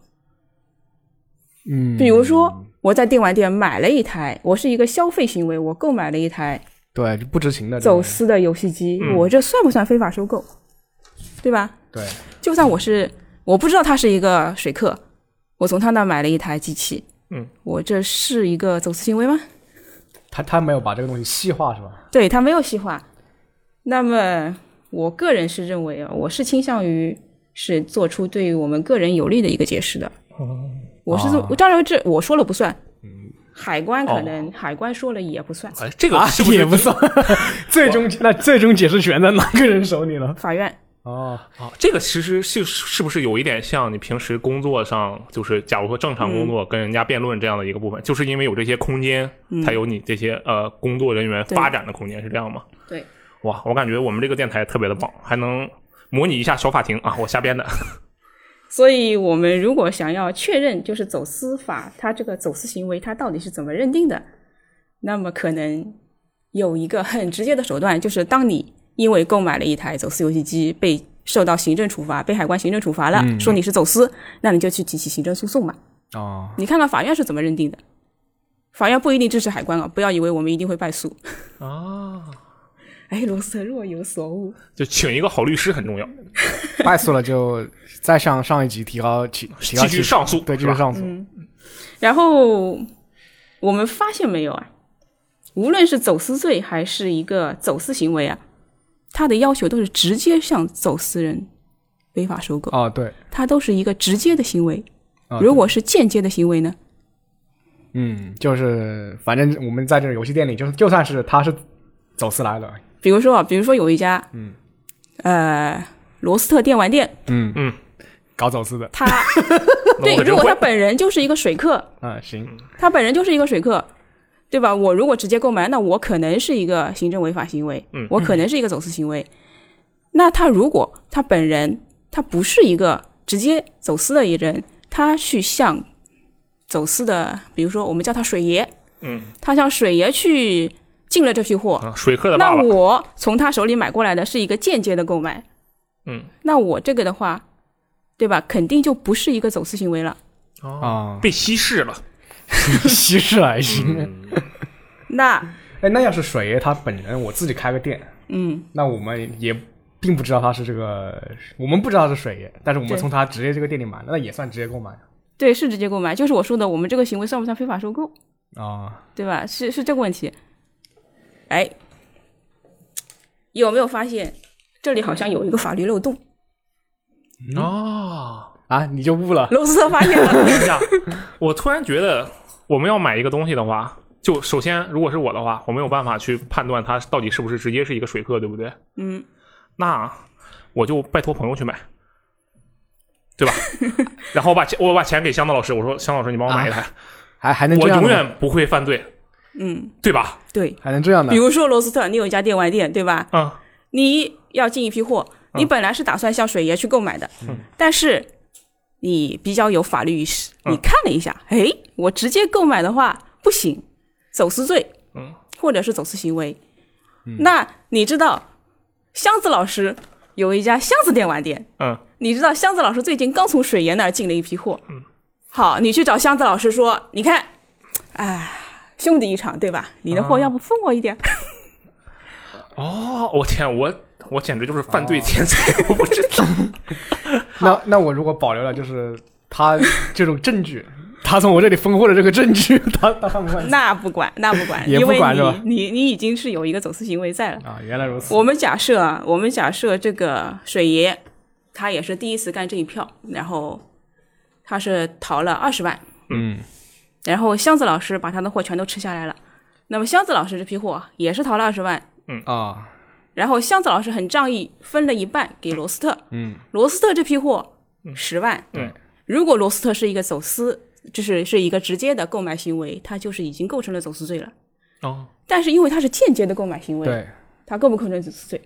比如说我在电玩店买了一台，我是一个消费行为，我购买了一台对不知情的走私的游戏机，我这算不算非法收购？对吧？ 对， 就算我不知道他是一个水客， 我从他那买了一台机器，我这是一个走私行为吗？ 他没有把这个东西细化是吧？ 对，他没有细化。那么我个人是认为我是倾向于是做出对于我们个人有利的一个解释的。我是当然这我说了不算。海关可能海关说了也不算， 这个是不是也不算？最终解释权在哪个人手里了？ 法院。 这个其实是不是有一点像你平时工作上，就是假如说正常工作跟人家辩论这样的一个部分，就是因为有这些空间，才有你这些工作人员发展的空间，是这样吗？ 对。 哇，我感觉我们这个电台特别的棒，还能模拟一下小法庭啊！我瞎编的。 所以我们如果想要确认就是走私法它这个走私行为它到底是怎么认定的，那么可能有一个很直接的手段，就是当你因为购买了一台走私游戏机被受到行政处罚，被海关行政处罚了，说你是走私，那你就去提起行政诉讼嘛。你看看法院是怎么认定的，法院不一定支持海关不要以为我们一定会败诉。罗斯特若有所悟， 就请一个好律师很重要。 败诉了就再向上一级继续上诉， 对，继续上诉。 然后我们发现没有无论是走私罪还是一个走私行为它的要求都是直接向走私人非法收购。 对， 它都是一个直接的行为。如果是间接的行为呢？ 就是反正我们在这个游戏店里，就算是他是走私来的。 比如说有一家罗斯特电玩店， 搞走私的， 他对，如果他本人就是一个水客， 行， 他本人就是一个水客，对吧？我如果直接购买，那我可能是一个行政违法行为，我可能是一个走私行为。那他如果他本人他不是一个直接走私的人，他去向走私的，比如说我们叫他水爷，他向水爷去进了这批货， 水客的爸爸， 那我从他手里买过来的是一个间接的购买，那我这个的话，对吧？肯定就不是一个走私行为了。 被稀释了， 稀释了还行。 那要是水爷他本人，我自己开个店，那我们也并不知道他是这个，我们不知道是水爷，但是我们从他直接这个店里买，那也算直接购买。 对，是直接购买，就是我说的，我们这个行为算不算非法收购？对吧？是这个问题。有没有发现这里好像有一个法律漏洞？ 你就悟了。 罗斯特发现了。 我突然觉得我们要买一个东西的话，就首先如果是我的话，我没有办法去判断它到底是不是直接是一个水客，对不对？那我就拜托朋友去买，对吧？然后我把钱给香道老师，我说香道老师你帮我买一台， 还能这样， 我永远不会犯罪。对吧？ 对， 还能这样的。 比如说罗斯特，你有一家电玩店，对吧？你要进一批货，你本来是打算向水爷去购买的，但是你比较有法律意识，你看了一下，我直接购买的话不行，走私罪，或者是走私行为。那你知道箱子老师有一家箱子电玩店，你知道箱子老师最近刚从水爷那儿进了一批货，好，你去找箱子老师说，你看，兄弟一场，对吧？你的货要不分我一点？ 我天，我简直就是犯罪天才，我不知道。那我如果保留了就是他这种证据，他从我这里分货的这个证据，他犯不犯？ 那不管， 也不管， 因为你已经是有一个走私行为在了原来如此。 我们假设这个水爷他也是第一次干这一票，然后他是逃了20万，然后箱子老师把他的货全都吃下来了，那么箱子老师这批货也是逃了20万，然后箱子老师很仗义，分了一半给罗斯特，罗斯特这批货10万，如果罗斯特是一个走私，是一个直接的购买行为，他就是已经构成了走私罪了。但是因为他是间接的购买行为， 对， 他构不构成走私罪？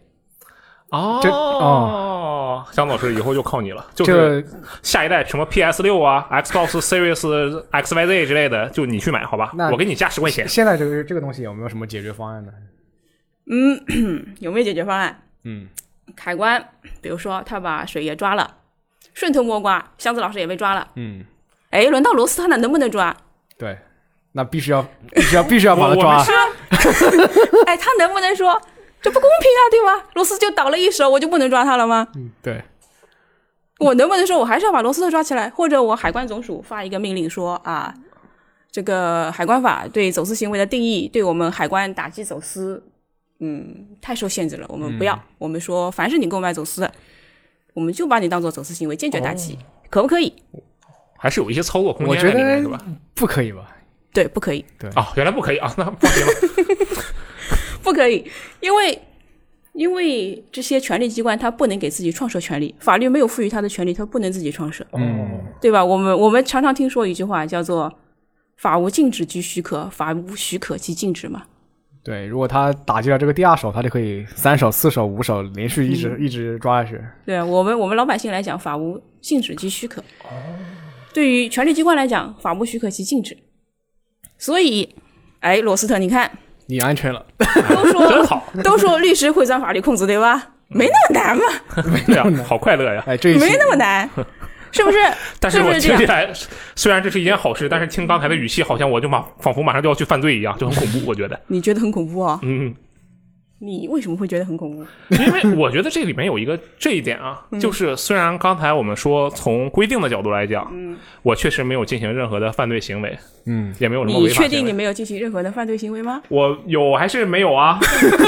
香老师以后就靠你了，就是下一代什么 PS6 Xbox Series XYZ 之类的，就你去买好吧，我给你加10块钱。 现在这个东西有没有什么解决方案呢？ 有没有解决方案？海关比如说他把水爷抓了，顺藤摸瓜，箱子老师也被抓了，轮到罗斯特能不能抓？ 对，那必须要把他抓。 他能不能说这不公平啊，对吧？罗斯就倒了一手，我就不能抓他了吗？ 对。 我能不能说我还是要把罗斯特抓起来，或者我海关总署发一个命令说啊，这个海关法对走私行为的定义对我们海关打击走私太受限制了，我们不要，我们说凡是你购买走私的，我们就把你当做走私行为坚决打击，可不可以？ 还是有一些操作空间， 我觉得是吧？ 不可以吧？ 对，不可以。 对原来不可以啊，那放心了。 不可以，因为这些权力机关它不能给自己创设权利，法律没有赋予它的权利，它不能自己创设，对吧？我们常常听说一句话叫做“法无禁止即许可，法无许可即禁止”嘛。 对，如果他打击了这个第二手，他就可以3手、4手、5手连续一直抓下去。 对啊，我们老百姓来讲，法无禁止即许可。对于权力机关来讲，法无许可即禁止。所以，罗斯特，你看。 你安全了， 真好。 都说律师会钻法律空子，对吧？没那么难嘛。 对呀，好快乐呀！ 没那么难，是不是？ 但是我听起来，虽然这是一件好事，但是听刚才的语气，好像我就仿佛马上就要去犯罪一样，就很恐怖。我觉得你觉得很恐怖啊？你为什么会觉得很恐怖？ 因为我觉得这里面有一个这一点啊，就是虽然刚才我们说从规定的角度来讲，我确实没有进行任何的犯罪行为，也没有什么违法行为。 你确定你没有进行任何的犯罪行为吗？ 我有还是没有啊？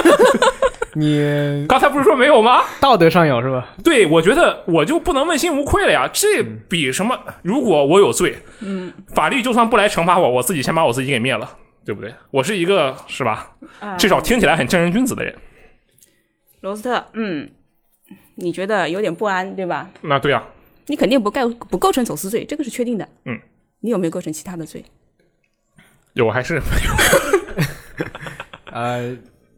你刚才不是说没有吗？ 道德上有是吧？ 对，我觉得我就不能问心无愧了呀。这比什么？如果我有罪，法律就算不来惩罚我，我自己先把我自己给灭了。对不对？我是一个是吧？至少听起来很正人君子的人。 罗斯特，你觉得有点不安，对吧？ 那对啊， 你肯定不构成走私罪，这个是确定的。你有没有构成其他的罪？ 有还是没有？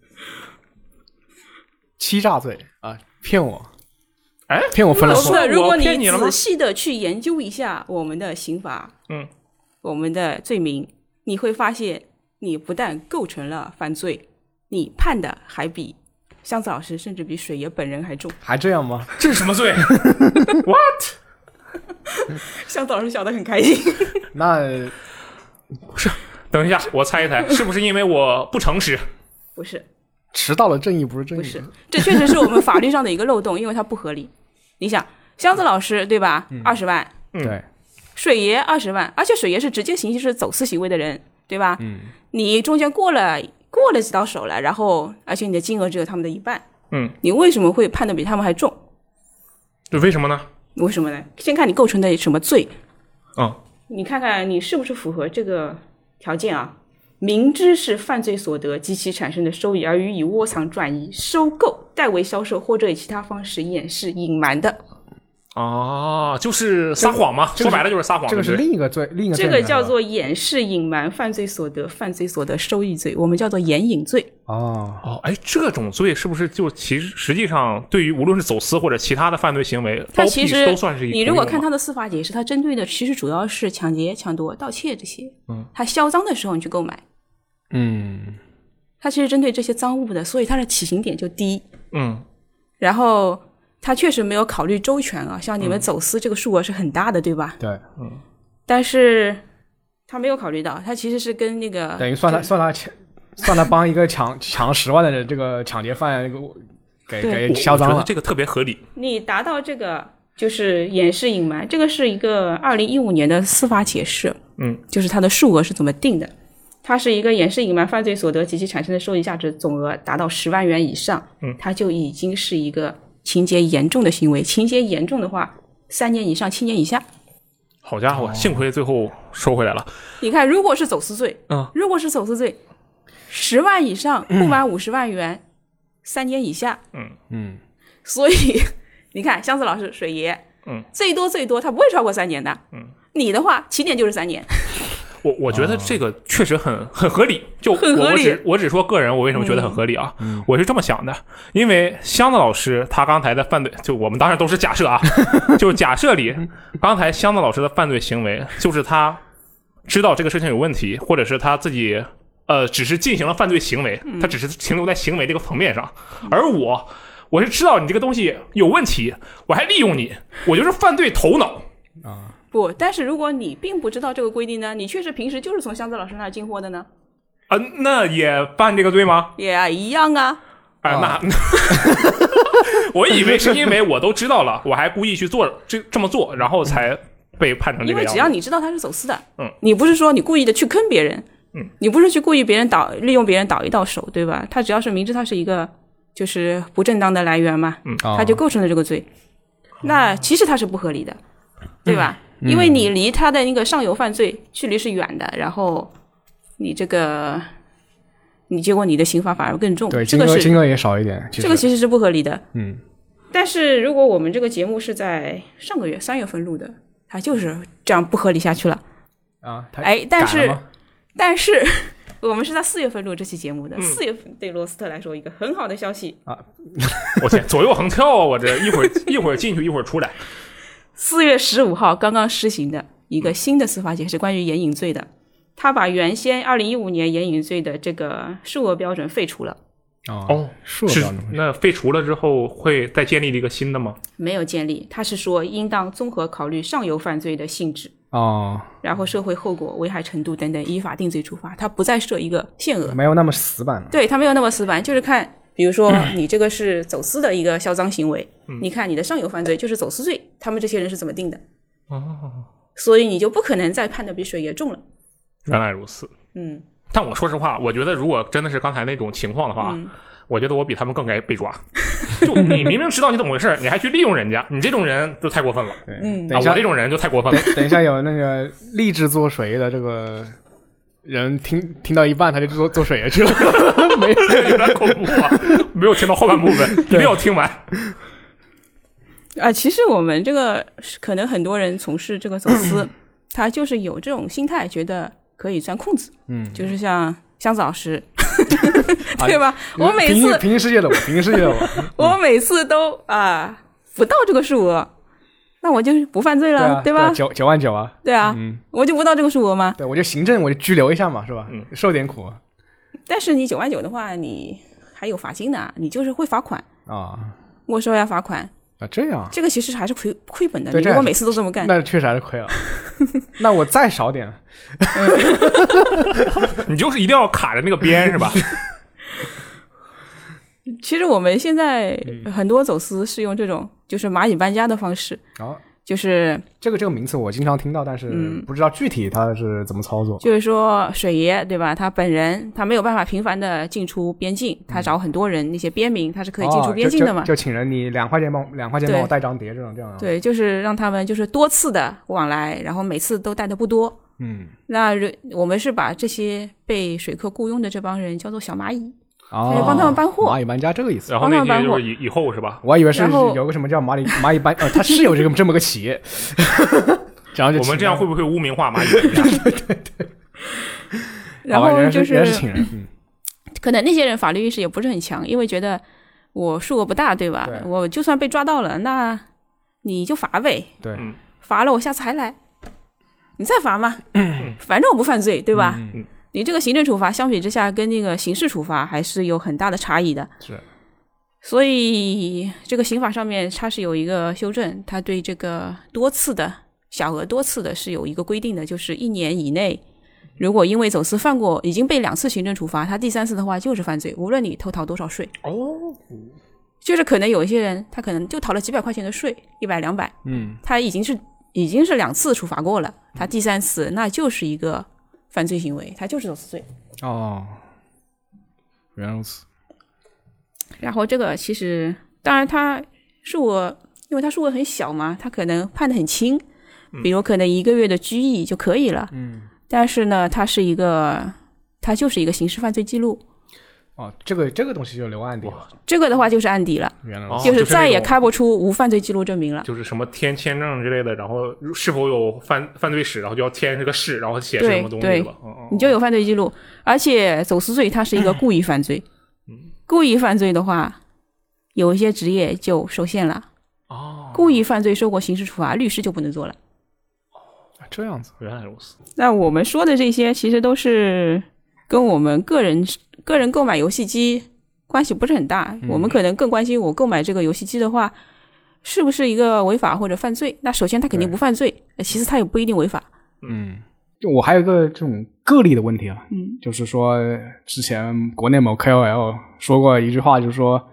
欺诈罪啊，骗我。骗我分了货。 如果你仔细的去研究一下我们的刑法，我们的罪名。你会发现，你不但构成了犯罪，你判的还比箱子老师甚至比水爷本人还重。 还这样吗？ 这是什么罪 ？What？ 箱子老师笑得很开心。 那是，等一下，我猜一猜，是不是因为我不诚实？ 不是， 迟到了正义不是正义。 不是，这确实是我们法律上的一个漏洞，因为它不合理。你想，箱子老师对吧？20万， 对。 水爷20万，而且水爷是直接行使走私行为的人，对吧？你中间过了几道手了，然后而且你的金额只有他们的1半，你为什么会判的比他们还重？ 这为什么呢？ 为什么呢？先看你构成的什么罪，你看看你是不是符合这个条件啊？明知是犯罪所得及其产生的收益而予以窝藏、转移、收购、代为销售或者以其他方式掩饰、隐瞒的。 就是撒谎嘛，说白了就是撒谎。 这个是另一个罪， 这个叫做掩饰、隐瞒犯罪所得、犯罪所得收益罪，我们叫做掩隐罪。 这种罪是不是就实际上对于无论是走私或者其他的犯罪行为， 它其实都算是一。 你如果看它的司法解释，它针对的其实主要是抢劫、抢夺、盗窃这些。它销赃的时候你去购买，它其实针对这些赃物的，所以它的起刑点就低。然后。他确实没有考虑周全啊，像你们走私这个数额是很大的，对吧？ 对， 但是他没有考虑到，他其实是跟那个等于算他帮一个抢10万的这个抢劫犯给销赃了， 我觉得这个特别合理。 你达到这个就是掩饰隐瞒，这个是一个2015年的司法解释，就是它的数额是怎么定的？它是一个掩饰隐瞒犯罪所得及其产生的收益价值总额达到10万元以上，它就已经是一个。情节严重的行为，情节严重的话，3年以上7年以下。 好家伙，幸亏最后收回来了。 你看，如果是走私罪，10万以上不满50万元，3年以下。所以你看，箱子老师、水爷，最多他不会超过3年的。你的话，起点就是3年。 我觉得这个确实很合理，就很合理。 我只说个人，我为什么觉得很合理啊？我是这么想的，因为箱子老师他刚才的犯罪，就我们当然都是假设啊，就假设里刚才箱子老师的犯罪行为，就是他知道这个事情有问题，或者是他自己只是进行了犯罪行为，他只是停留在行为这个层面上，而我是知道你这个东西有问题，我还利用你，我就是犯罪头脑啊。 不，但是如果你并不知道这个规定呢，你确实平时就是从箱子老师那儿进货的呢？ 那也犯这个罪吗？ 也一样啊。 那我以为是因为我都知道了，我还故意去做这么做，然后才被判成这个样子。 因为只要你知道他是走私的，你不是说你故意的去坑别人，你不是去故意利用别人倒一道手，对吧？他只要是明知他是一个就是不正当的来源嘛，他就构成了这个罪。那其实他是不合理的，对吧？因为你离他的那个上游犯罪距离是远的，然后你这个。结果你的刑罚反而更重， 对， 金额也少一点， 这个其实是不合理的。但是如果我们这个节目是在上个月3月份录的，它就是这样不合理下去了啊。 但是我们是在4月份录这期节目的，4月份对罗斯特来说一个很好的消息啊！ 我天，左右横跳啊！我这一会儿进去一会儿出来。 4月15号刚刚施行的一个新的司法解释，关于盐瘾罪的。他把原先2015年盐瘾罪的这个数额标准废除了。 数额标准那废除了之后会再建立一个新的吗？ 没有建立，他是说应当综合考虑上游犯罪的性质然后社会后果、危害程度等等，依法定罪处罚。他不再设一个限额， 没有那么死板了。 对，他没有那么死板，就是看，比如说你这个是走私的一个销赃行为，你看你的上游犯罪就是走私罪，他们这些人是怎么定的？所以你就不可能再判的比水爷重了。 原来如此，但我说实话，我觉得如果真的是刚才那种情况的话，我觉得我比他们更该被抓。就你明明知道你怎么回事，你还去利用人家，你这种人就太过分了。我这种人就太过分了。 等一下有那个立志做水的这个人听到一半他就做水爷去了， 有点恐怖啊！没有听到后半部分，一定要听完。 其实我们这个可能很多人从事这个走私。他就是有这种心态，觉得可以钻空子，就是像箱子老师，对吧？我每次平行世界的我， 我每次都不到这个数额，那我就不犯罪了，对吧 ？9万9啊， 对啊，我就不到这个数额吗？ 对，我就行政，我就拘留一下嘛，是吧？受点苦。 但是你9万9的话，你还有罚金的，你就是会罚款没收呀，罚款。 这样， 这个其实还是亏本的。你如果每次都这么干， 那确实还是亏了。那我再少点， 你就是一定要卡着那个边是吧？ 其实我们现在很多走私是用这种就是蚂蚁搬家的方式就是这个名词我经常听到，但是不知道具体它是怎么操作。 就是说水爷对吧，他本人他没有办法频繁的进出边境，他找很多人那些边民他是可以进出边境的嘛， 就请人你2块钱帮我带张碟这样对，就是让他们就是多次的往来，然后每次都带的不多。那我们是把这些被水客雇佣的这帮人叫做小蚂蚁，帮他们搬货， 蚂蚁搬家这个意思。 然后那些就是以后是吧？ 我还以为是有个什么叫蚂蚁搬，它是有这么个企业。然后我们这样会不会污名化蚂蚁搬家？ 对。然后就是请人， 可能那些人法律意识也不是很强，因为觉得我数额不大，对吧？我就算被抓到了，那你就罚呗。 对， 罚了我下次还来，你再罚嘛。反正我不犯罪，对吧？你这个行政处罚相比之下跟那个刑事处罚还是有很大的差异的。 是。 所以这个刑法上面它是有一个修正，它对这个小额多次的是有一个规定的，就是1年以内，如果因为走私犯过，已经被2次行政处罚，他第3次的话就是犯罪，无论你偷逃多少税。就是可能有一些人他可能就逃了几百块钱的税，100、200，他已经是2次处罚过了，他第3次那就是一个犯罪行为，他就是走私罪。 原来如此。 然后这个其实当然他数额，因为他数额很小嘛，他可能判得很轻，比如可能1个月的拘役就可以了。但是呢，它就是一个刑事犯罪记录。 这个东西就留案底了。 这个的话就是案底了，就是再也开不出无犯罪记录证明了。 就是什么填签证之类的，然后是否有犯罪史，然后就要填这个是，然后写是什么东西了。 你就有犯罪记录，而且走私罪它是一个故意犯罪。故意犯罪的话，有一些职业就受限了。故意犯罪受过刑事处罚，律师就不能做了。 这样子， 原来如此。 那我们说的这些其实都是跟我们个人购买游戏机关系不是很大。我们可能更关心我购买这个游戏机的话是不是一个违法或者犯罪。那首先他肯定不犯罪，其实他也不一定违法。 就我还有一个这种个例的问题就是说之前国内某 KOL 说过一句话，就是说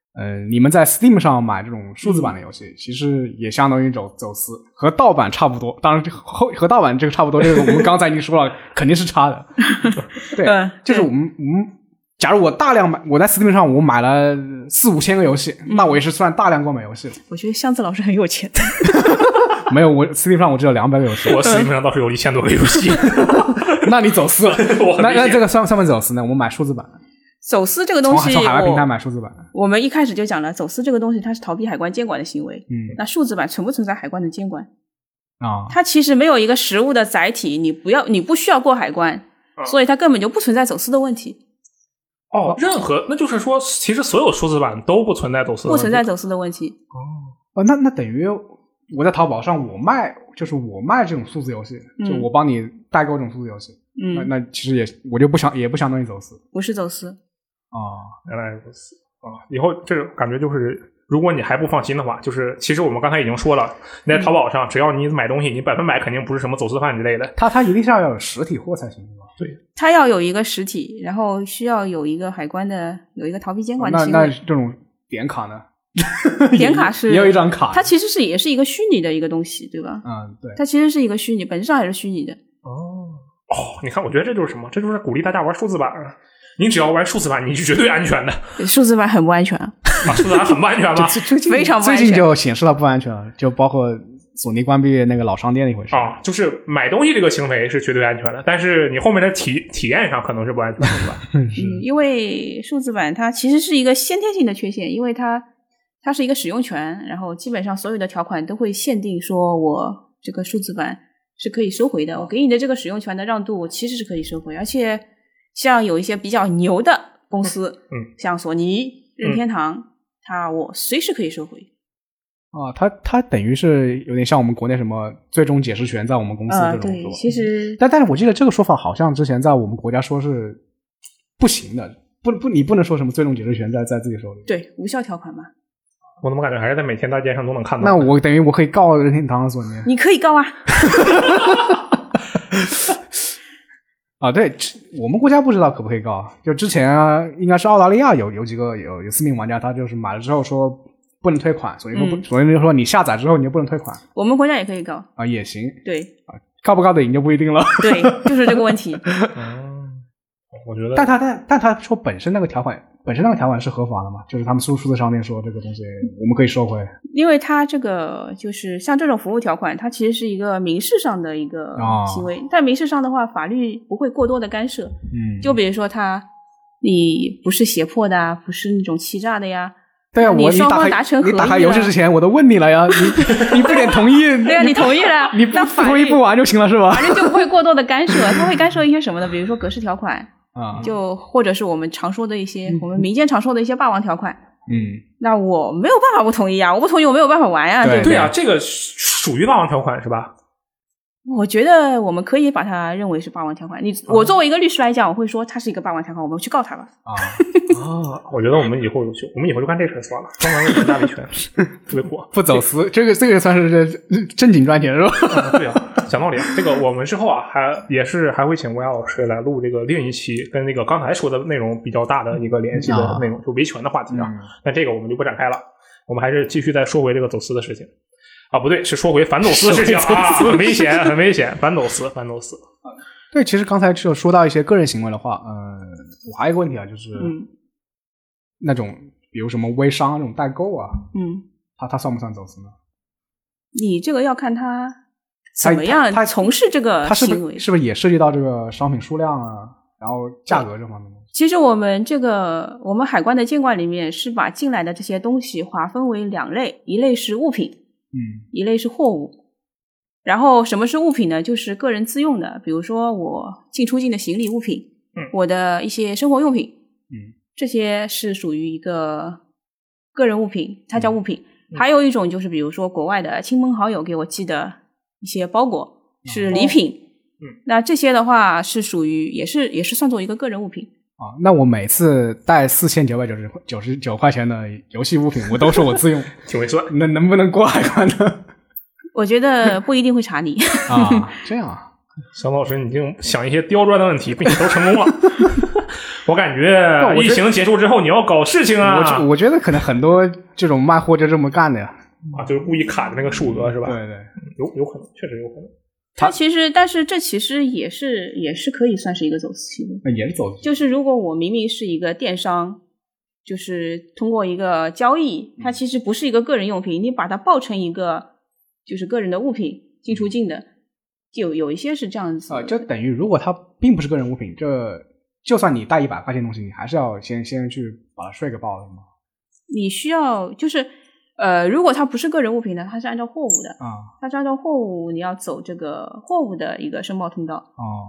你们在 Steam 上买这种数字版的游戏，其实也相当于走私，和盗版差不多。当然和盗版这个差不多，这个我们刚才已经说了，肯定是差的。对，就是我们假如我在 Steam 上我买了4-5千个游戏，那我也是算大量购买游戏了。 我觉得箱子老师很有钱。 没有，我 Steam 上我只有200个游戏。 我 Steam 上倒是有1000多个游戏。 那你走私了。那这个算不算走私呢？我们买数字版。 走私这个东西， 从海外平台买数字版。 我们一开始就讲了，走私这个东西它是逃避海关监管的行为。那数字版存不存在海关的监管？它其实没有一个实物的载体，你不需要过海关，所以它根本就不存在走私的问题。 那就是说，其实所有数字版都不存在走私的问题。 不存在走私的问题。 那等于我在淘宝上我卖这种数字游戏，就我帮你代购这种数字游戏。那其实我就也不相当于走私。 不是走私。 原来如此。以后这感觉就是，如果你还不放心的话，就是其实我们刚才已经说了，你在淘宝上，只要你买东西，你100%肯定不是什么走私犯之类的。 它一定是要有实体货才行，是吧？ 对， 它要有一个实体，然后需要有一个海关有一个逃避监管的行为。 那这种点卡呢？ 点卡是也有一张卡， 它其实也是一个虚拟的一个东西，对吧？ 对， 它其实是一个虚拟，本质上还是虚拟的。 你看，我觉得这就是什么？这就是鼓励大家玩数字版。你只要玩数字版，你是绝对安全的。 数字版很不安全啊！ 数字版很不安全吗？ 非常不安全。 最近就显示到不安全了，就包括索尼关闭那个老商店那回事。 就是买东西这个行为是绝对安全的，但是你后面的体验上可能是不安全的，是吧？ 因为数字版它其实是一个先天性的缺陷，因为它是一个使用权，然后基本上所有的条款都会限定说我这个数字版是可以收回的，我给你的这个使用权的让渡其实是可以收回，而且像有一些比较牛的公司，像索尼、任天堂，我随时可以收回。 它等于是有点像我们国内什么最终解释权在我们公司这种。 对，其实但是我记得这个说法好像之前在我们国家说是不行的，你不能说什么最终解释权在自己手里。 对，无效条款嘛。 我怎么感觉还是在每天大街上都能看到？ 那我等于我可以告任天堂和索尼。 你可以告啊。 对，我们国家不知道可不可以告。就之前应该是澳大利亚有几个有4名玩家，他就是买了之后说不能退款，所以就说你下载之后你就不能退款。 我们国家也可以告也行。 对告不告得赢就不一定了。 对，就是这个问题。 我觉得， 但他说本身那个条款是合法的嘛？就是他们数字商店说这个东西我们可以收回， 因为它这个就是像这种服务条款，它其实是一个民事上的一个行为，但民事上的话，法律不会过多的干涉。就比如说你不是胁迫的啊，不是那种欺诈的呀。 对啊， 你双方达成合意， 你打开游戏之前我都问你了呀，你不点同意？ 对啊，你同意了， 你不同意不玩就行了是吧？ 法律就不会过多的干涉，它会干涉一些什么呢？比如说格式条款。就或者是我们常说的一些我们民间常说的一些霸王条款。那我没有办法不同意啊，我不同意我没有办法玩啊。 对啊，这个属于霸王条款是吧？ 我觉得我们可以把它认为是霸王条款。我作为一个律师来讲，我会说它是一个霸王条款，我们去告他吧。 我觉得我们以后就干这事算了，专门为国家维权，特别火， 不走私，这个算是正经赚钱是吧？ 对啊，讲道理啊，这个我们之后还会请魏亚老师来录这个另一期跟那个刚才说的内容比较大的一个联系的内容，就维权的话题啊。但这个我们就不展开了，我们还是继续再说回这个走私的事情。不对，是说回反走私的事情啊，很危险，很危险，反走私。 对，其实刚才就说到一些个人行为的话，我还有一个问题啊，就是那种比如什么微商那种代购啊，他算不算走私呢？ 你这个要看他怎么样他从事这个行为， 是不是也涉及到这个商品数量啊，然后价格这方面的？ 其实我们海关的监管里面是把进来的这些东西划分为2类，一类是物品，一类是货物。然后什么是物品呢？就是个人自用的，比如说我进出境的行李物品，我的一些生活用品，这些是属于一个个人物品，它叫物品。还有一种就是比如说国外的亲朋好友给我寄的一些包裹，是礼品。那这些的话是属于也是算作一个个人物品。 那我每次带4999块钱的游戏物品，我都说我自用， 挺违算。 能不能过海关呢？ 我觉得不一定会查你。 这样啊。 小老师，你已经想一些刁钻的问题，并且都成功了。 我感觉疫情结束之后你要搞事情啊！ 我觉得可能很多这种卖货就这么干的呀。 就是故意卡的那个数额是吧？ 对对， 有可能，确实有可能。 它其实，但是这其实也是可以算是一个走私行为， 也是走私。 就是如果我明明是一个电商，就是通过一个交易，它其实不是一个个人用品，你把它报成一个就是个人的物品进出境的，有一些是这样子。 就等于如果它并不是个人物品，就算你带100块钱东西，你还是要先去把它税给报了吗？ 你需要就是。如果它不是个人物品呢，它是按照货物的它是按照货物，你要走这个货物的一个申报通道。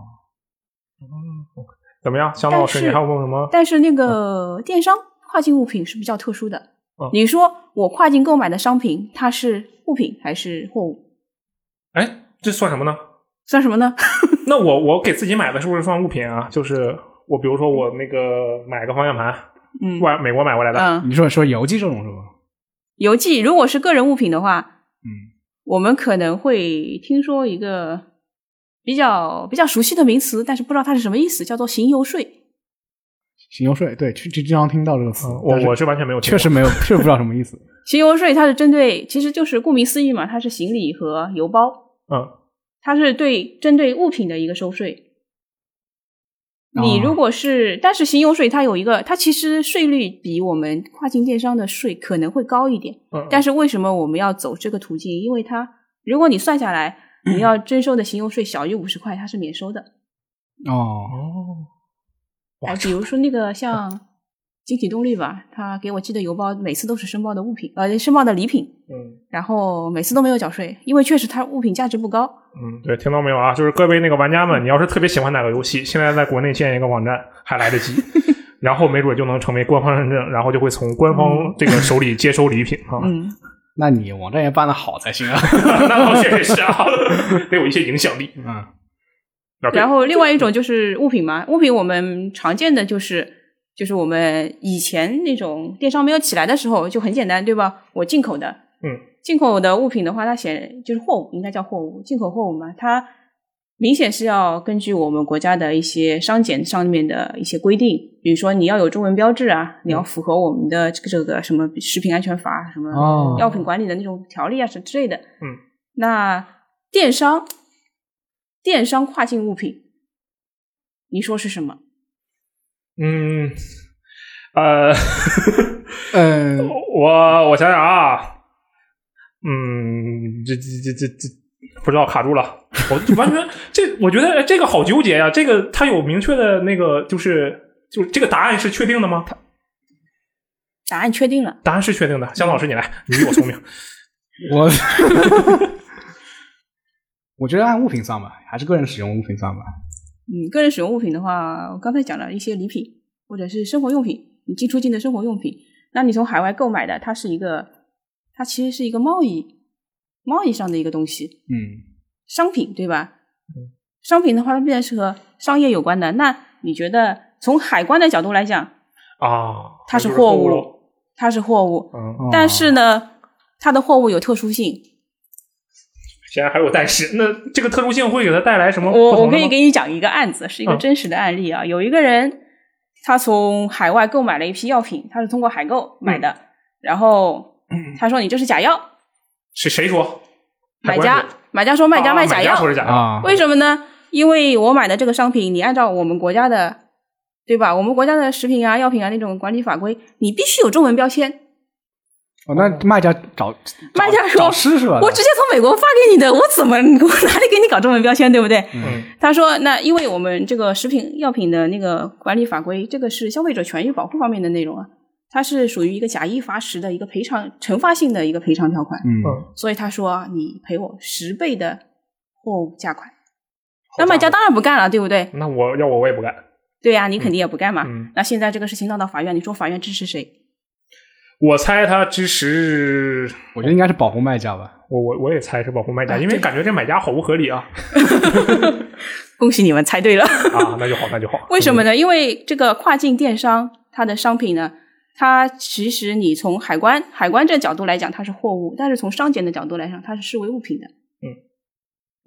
怎么样，香老师，你还有问什么？ 但是那个电商跨境物品是比较特殊的。你说我跨境购买的商品，它是物品还是货物？ 哎，这算什么呢？ 算什么呢？ 那我给自己买的是不是算物品啊？就是我比如说我那个买个方向盘，美国买过来的。 你说邮寄这种是吧？ 邮寄如果是个人物品的话，我们可能会听说一个比较熟悉的名词，但是不知道它是什么意思，叫做行邮税。 行邮税，对，经常听到这个词， 我是完全没有听过， 确实不知道什么意思。 行邮税它是针对，其实就是顾名思义嘛，它是行李和邮包，它是针对物品的一个收税。你如果是，但是行邮税它有一个，它其实税率比我们跨境电商的税可能会高一点。但是为什么我们要走这个途径？因为它，如果你算下来，你要征收的行邮税小于50块，它是免收的。比如说那个像晶体动力吧，他给我寄的邮包每次都是申报的物品，申报的礼品，然后每次都没有缴税，因为确实它物品价值不高。 对，听到没有啊？就是各位那个玩家们，你要是特别喜欢哪个游戏，现在在国内建一个网站还来得及，然后没准就能成为官方认证，然后就会从官方这个手里接收礼品啊。 那你网站也办得好才行啊。 那倒确实是啊，得有一些影响力。 然后另外一种就是物品嘛，物品我们常见的就是我们以前那种电商没有起来的时候就很简单，对吧？我进口的，进口的物品的话，它就是货物，应该叫货物，进口货物嘛，它明显是要根据我们国家的一些商检上面的一些规定，比如说你要有中文标志啊，你要符合我们的这个什么食品安全法、什么药品管理的那种条例啊之类的。那电商跨境物品，你说是什么？ 我想想啊，这不知道，卡住了。我完全我觉得这个好纠结呀。这个它有明确的那个，就是这个答案是确定的吗？ 答案确定了， 答案是确定的。香老师，你来，你比我聪明。 我觉得按物品算吧，还是个人使用物品算吧。 个人使用物品的话，我刚才讲了一些礼品或者是生活用品，你进出境的生活用品，那你从海外购买的，它其实是一个贸易上的一个东西，商品对吧？商品的话，它必然是和商业有关的。那你觉得从海关的角度来讲它是货物，但是呢，它的货物有特殊性。 现在还有但是，那这个特殊性会给它带来什么不同的吗？ 我可以给你讲一个案子，是一个真实的案例啊。有一个人，他从海外购买了一批药品，他是通过海购买的，然后他说你这是假药。 是谁说？ 买家说卖家卖假药。 说是假药。 为什么呢？因为我买的这个商品，你按照我们国家的，对吧？我们国家的食品啊、药品啊那种管理法规，你必须有中文标签。 那卖家说是吧？ 我直接从美国发给你的，我哪里给你搞中文标签，对不对？他说那因为我们这个食品药品的那个管理法规，这个是消费者权益保护方面的内容啊，它是属于一个假一罚十的一个赔偿惩罚性的一个赔偿条款。所以他说你赔我10倍的货物价款。那卖家当然不干了，对不对？ 那我也不干。 对呀，你肯定也不干嘛。那现在这个事情闹到法院，你说法院支持谁？ 我猜他支持， 我觉得应该是保护卖家吧。 我也猜是保护卖家，因为感觉这买家好不合理啊。 恭喜你们猜对了啊，那就好。 为什么呢？因为这个跨境电商它的商品呢，它其实你从海关这角度来讲它是货物，但是从商检的角度来讲它是视为物品的。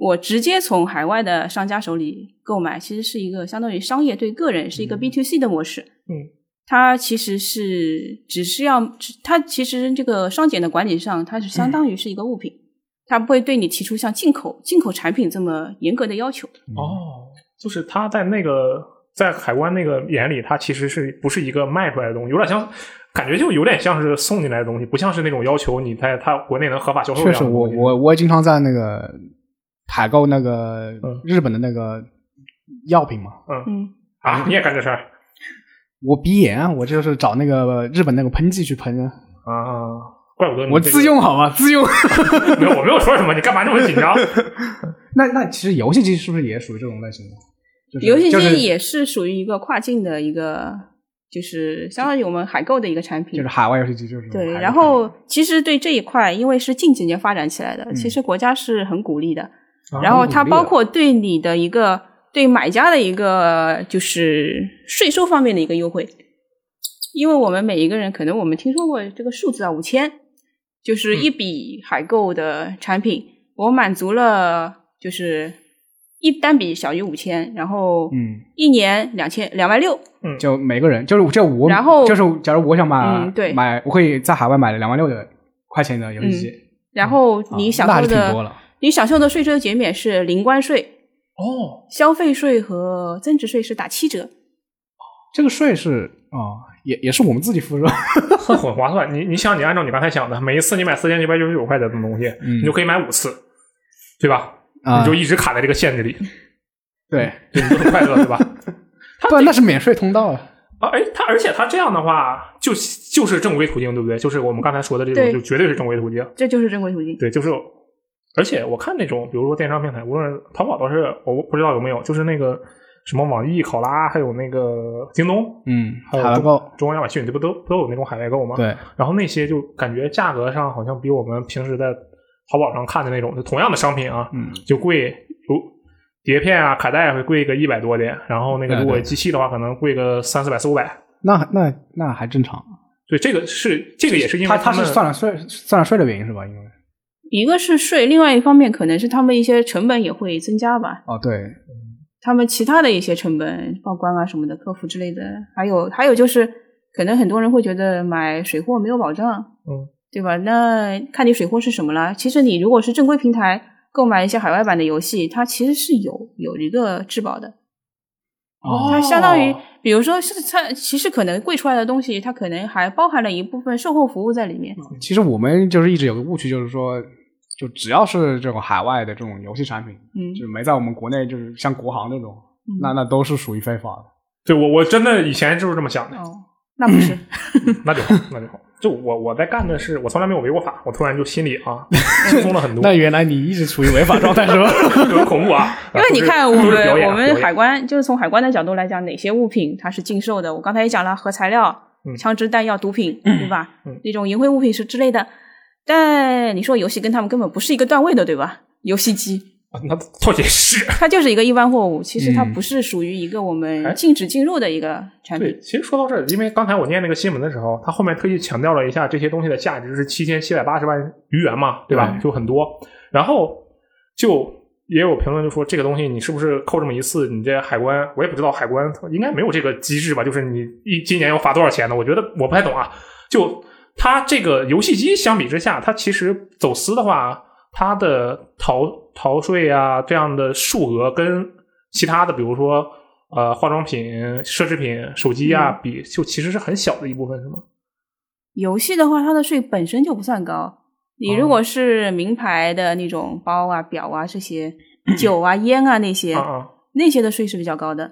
我直接从海外的商家手里购买，其实是一个相当于商业对个人是一个 B2C 的模式。它其实是它其实这个商检的管理上，它是相当于是一个物品，它不会对你提出像进口产品这么严格的要求。 就是它在海关那个眼里，它其实不是一个卖出来的东西，有点像，感觉就有点像是送进来的东西，不像是那种要求你在它国内能合法销售的样子。 确实，我也经常在那个采购那个日本的那个药品嘛。 你也干这事儿？ 我鼻炎啊，我就是找那个日本那个喷剂去喷怪不得我自用好吗？自用。 没有，我没有说什么，你干嘛这么紧张？ 那其实游戏机是不是也属于这种类型的？ 游戏机也是属于一个跨境的一个，就是相当于我们海购的一个产品， 就是海外游戏机，就是对。然后其实对这一块，因为是近几年发展起来的，其实国家是很鼓励的。然后它包括对你的一个对买家的一个就是税收方面的一个优惠，因为我们每一个人可能我们听说过这个数字5000，就是一笔海购的产品，我满足了就是一单笔小于5000，然后一年26000， 就每个人就我， 然后就是假如我想买对， 我可以在海外买了26000块钱的游戏机， 然后你享受的税收减免是零关税消费税和增值税是打7折。 这个税是也是我们自己付是吧？ 很划算。你想，你按照你刚才想的，每一次你买4999块的东西，你就可以买5次，对吧？你就一直卡在这个限制里， 对， 你就很快乐，对吧？ 不，那是免税通道而且它这样的话，就是正规途径，对不对？就是我们刚才说的这种，就绝对是正规途径。 这就是正规途径。 对，就是，而且我看那种，比如说电商平台，无论淘宝倒是我不知道有没有，就是那个什么网易、考拉，还有那个京东，还有海外购、 中国亚马逊，这不都有那种海外购吗？ 对。 然后那些就感觉价格上好像比我们平时在淘宝上看的那种，就同样的商品就贵，碟片啊、卡带会贵个100多点，然后那个如果机器的话，可能贵个300、400、500。 那还正常。 对，这个也是因为他是算了税的原因是吧？因为一个是税，另外一方面可能是他们一些成本也会增加吧。 对， 他们其他的一些成本，报关啊什么的，客服之类的，还有就是，可能很多人会觉得买水货没有保障，对吧？那看你水货是什么了。其实你如果是正规平台购买一些海外版的游戏，它其实是有一个质保的。它相当于，比如说它其实可能贵出来的东西，它可能还包含了一部分售后服务在里面。 其实我们就是一直有个误区，就是说，就只要是这种海外的这种游戏产品，就没在我们国内，就是像国行这种，那都是属于非法的。 对，我真的以前就是这么想的。 那不是， 那就好。就我在干的是，我从来没有违过法，我突然就心里轻松了很多。 那原来你一直处于违法状态是吧？ 很恐怖啊！ 因为你看我们海关，就是从海关的角度来讲，哪些物品它是禁售的？我刚才也讲了，核材料、枪支弹药、毒品，对吧？那种淫秽物品是之类的。但你说游戏跟他们根本不是一个段位的，对吧？游戏机。 那倒也是， 它就是一个一般货物，其实它不是属于一个我们禁止进入的一个产品。 对，其实说到这儿，因为刚才我念那个新闻的时候，他后面特意强调了一下这些东西的价值是7780万余元嘛，对吧？就很多。然后就也有评论就说，这个东西你是不是扣这么一次，你这海关，我也不知道海关应该没有这个机制吧？就是你今年要罚多少钱呢？我觉得我不太懂啊。就它这个游戏机相比之下，它其实走私的话，它的逃税啊这样的数额跟其他的比如说化妆品、奢侈品、手机啊比，就其实是很小的一部分，是吗？ 游戏的话，它的税本身就不算高。你如果是名牌的那种包啊、表啊这些，酒啊、烟啊那些，那些的税是比较高的。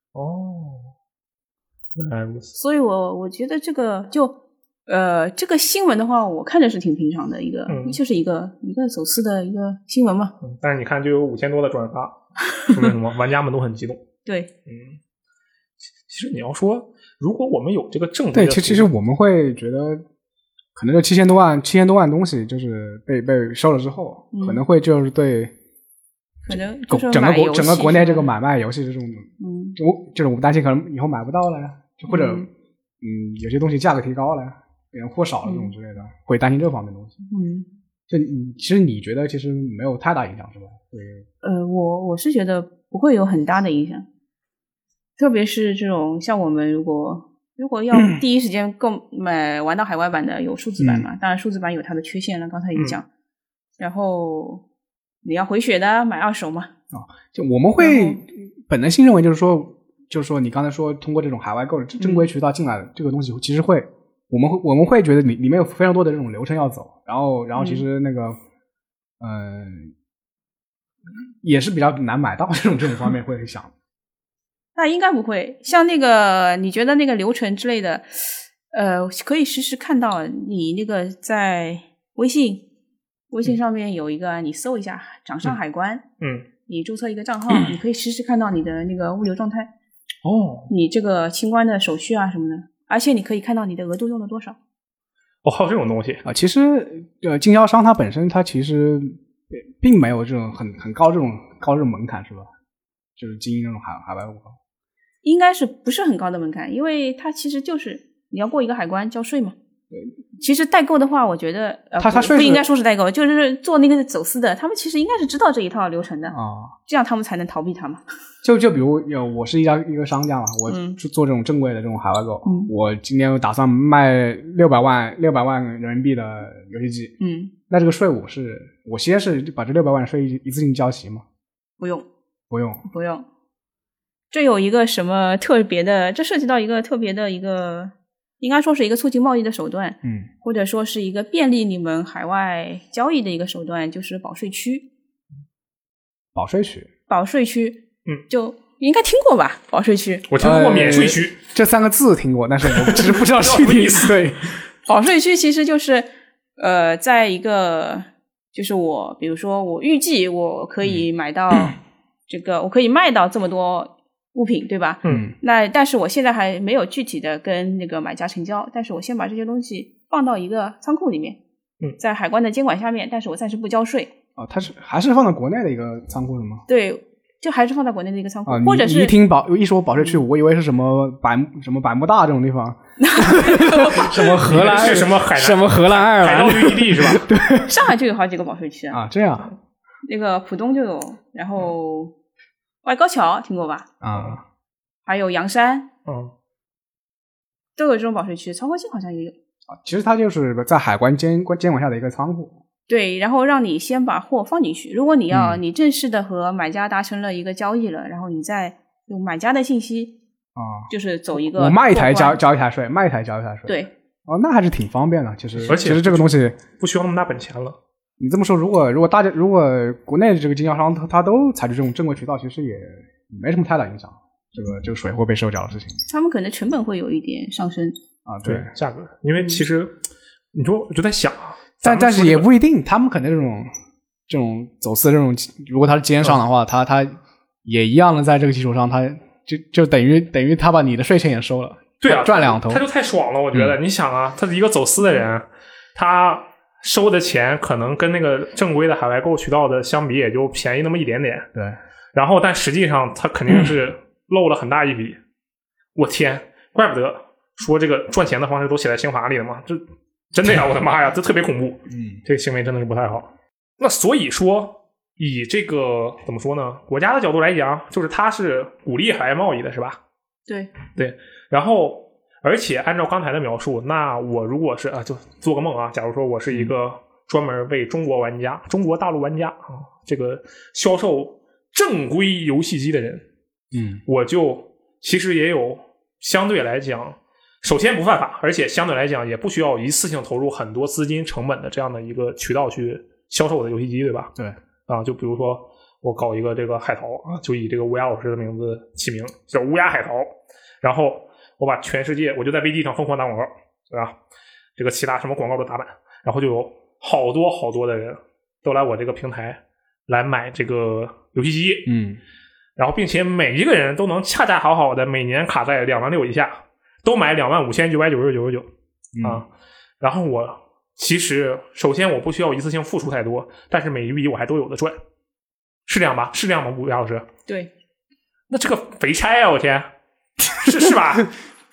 原来如此。 所以我觉得这个这个新闻的话，我看着是挺平常的一个，就是一个走私的一个新闻嘛。 但是你看，就有5000多的转发，说明什么？玩家们都很激动。 对， 其实你要说，如果我们有这个正对，其实我们会觉得，可能这7000多万东西，就是被收了之后，可能会就是对， 可能整个国内这个买卖游戏这种，就是我们担心可能以后买不到了呀，或者有些东西价格提高了呀。别人货少了这种之类的，会担心这方面的东西。 就其实你觉得其实没有太大影响是吧？ 对。我是觉得不会有很大的影响，特别是这种像我们如果要第一时间玩到海外版的有数字版嘛，当然数字版有它的缺陷了，刚才已讲。然后你要回血的买2手嘛。 就我们会本能性认为就是说你刚才说通过这种海外购正规渠道进来的这个东西，其实我们会觉得里面有非常多的这种流程要走，然后其实那个也是比较难买到这种方面会想。 那应该不会，像那个你觉得那个流程之类的，可以实时看到。你那个在微信上面有一个，你搜一下掌上海关，你注册一个账号，你可以实时看到你的那个物流状态。你这个清关的手续啊什么的，而且你可以看到你的额度用了多少。 还有这种东西啊？其实经销商它本身它其实并没有这种很高这种门槛是吧？就是经营这种海外物流。 应该是不是很高的门槛，因为它其实就是你要过一个海关交税嘛。其实代购的话，我觉得他不应该说是代购，就是做那个走私的，他们其实应该是知道这一套流程的这样他们才能逃避它嘛。 就比如我是一个商家嘛，我做这种正规的这种海外购，我今年打算卖600万人民币的游戏机，那这个税务是我先是把这600万税一次性交齐吗？不用。 这有一个什么特别的，这涉及到一个特别的一个，应该说是一个促进贸易的手段，或者说是一个便利你们海外交易的一个手段，就是保税区。保税区，就应该听过吧？保税区， 我听过免税区， 这3个字听过，但是我只是不知道具体意思。对， 保税区其实就是在一个，就是比如说我预计我可以买到这个，我可以卖到这么多物品，对吧？那但是我现在还没有具体的跟那个买家成交，但是我先把这些东西放到一个仓库里面，在海关的监管下面，但是我暂时不交税。 它还是放在国内的一个仓库是吗？ 对，就还是放在国内的一个仓库，或者是一说保税区，我以为是什么百慕大这种地方，什么荷兰是什么海南， 什么荷兰爱尔兰海盗基地是吧？ 对，上海就有好几个保税区啊，这样。 那个浦东就有，然后外高桥听过吧？还有阳山，都有这种保税区，曹河泾好像也有。 其实它就是在海关监管下的一个仓库。 对，然后让你先把货放进去。如果你正式的和买家达成了一个交易了，然后你再用买家的信息就是走一个我卖一台交一台税，卖一台交一台税。 对， 那还是挺方便的。其实， 而且这个东西不需要那么大本钱了。 你这么说，如果国内的这个经销商他都采取这种正规渠道，其实也没什么太大影响。这个水货被收缴的事情， 他们可能成本会有一点上升对价格，因为其实你说我就在想但是也不一定，他们可能这种走私这种，如果他是奸商的话，他也一样的在这个基础上，他就等于他把你的税钱也收了， 对啊， 赚2头， 他就太爽了，我觉得。你想啊，他是一个走私的人，他收的钱可能跟那个正规的海外购渠道的相比，也就便宜那么一点点。 对， 然后但实际上他肯定是漏了很大一笔。我天，怪不得说这个赚钱的方式都写在刑法里了嘛，这真的呀，我的妈呀，这特别恐怖。这个行为真的是不太好。那所以说，以这个怎么说呢？国家的角度来讲，就是它是鼓励海外贸易的，是吧？对。然后，而且按照刚才的描述，那我如果是就做个梦啊，假如说我是一个专门为中国大陆玩家这个销售正规游戏机的人，我就其实也有相对来讲。首先不犯法，而且相对来讲也不需要一次性投入很多资金成本的这样的一个渠道去销售我的游戏机，对吧？ 对就比如说我搞一个这个海淘就以这个乌鸦老师的名字起名叫乌鸦海淘，然后我把全世界我就在微地上疯狂打广告，对吧？这个其他什么广告都打满，然后就有好多好多的人都来我这个平台来买这个游戏机，然后并且每一个人都能恰恰好好的每年卡在26000以下。都买25,999然后我其实首先我不需要一次性付出太多，但是每一笔我还都有的赚，是这样吧？乌鸦老师？ 对。 那这个肥差啊，我天，是吧？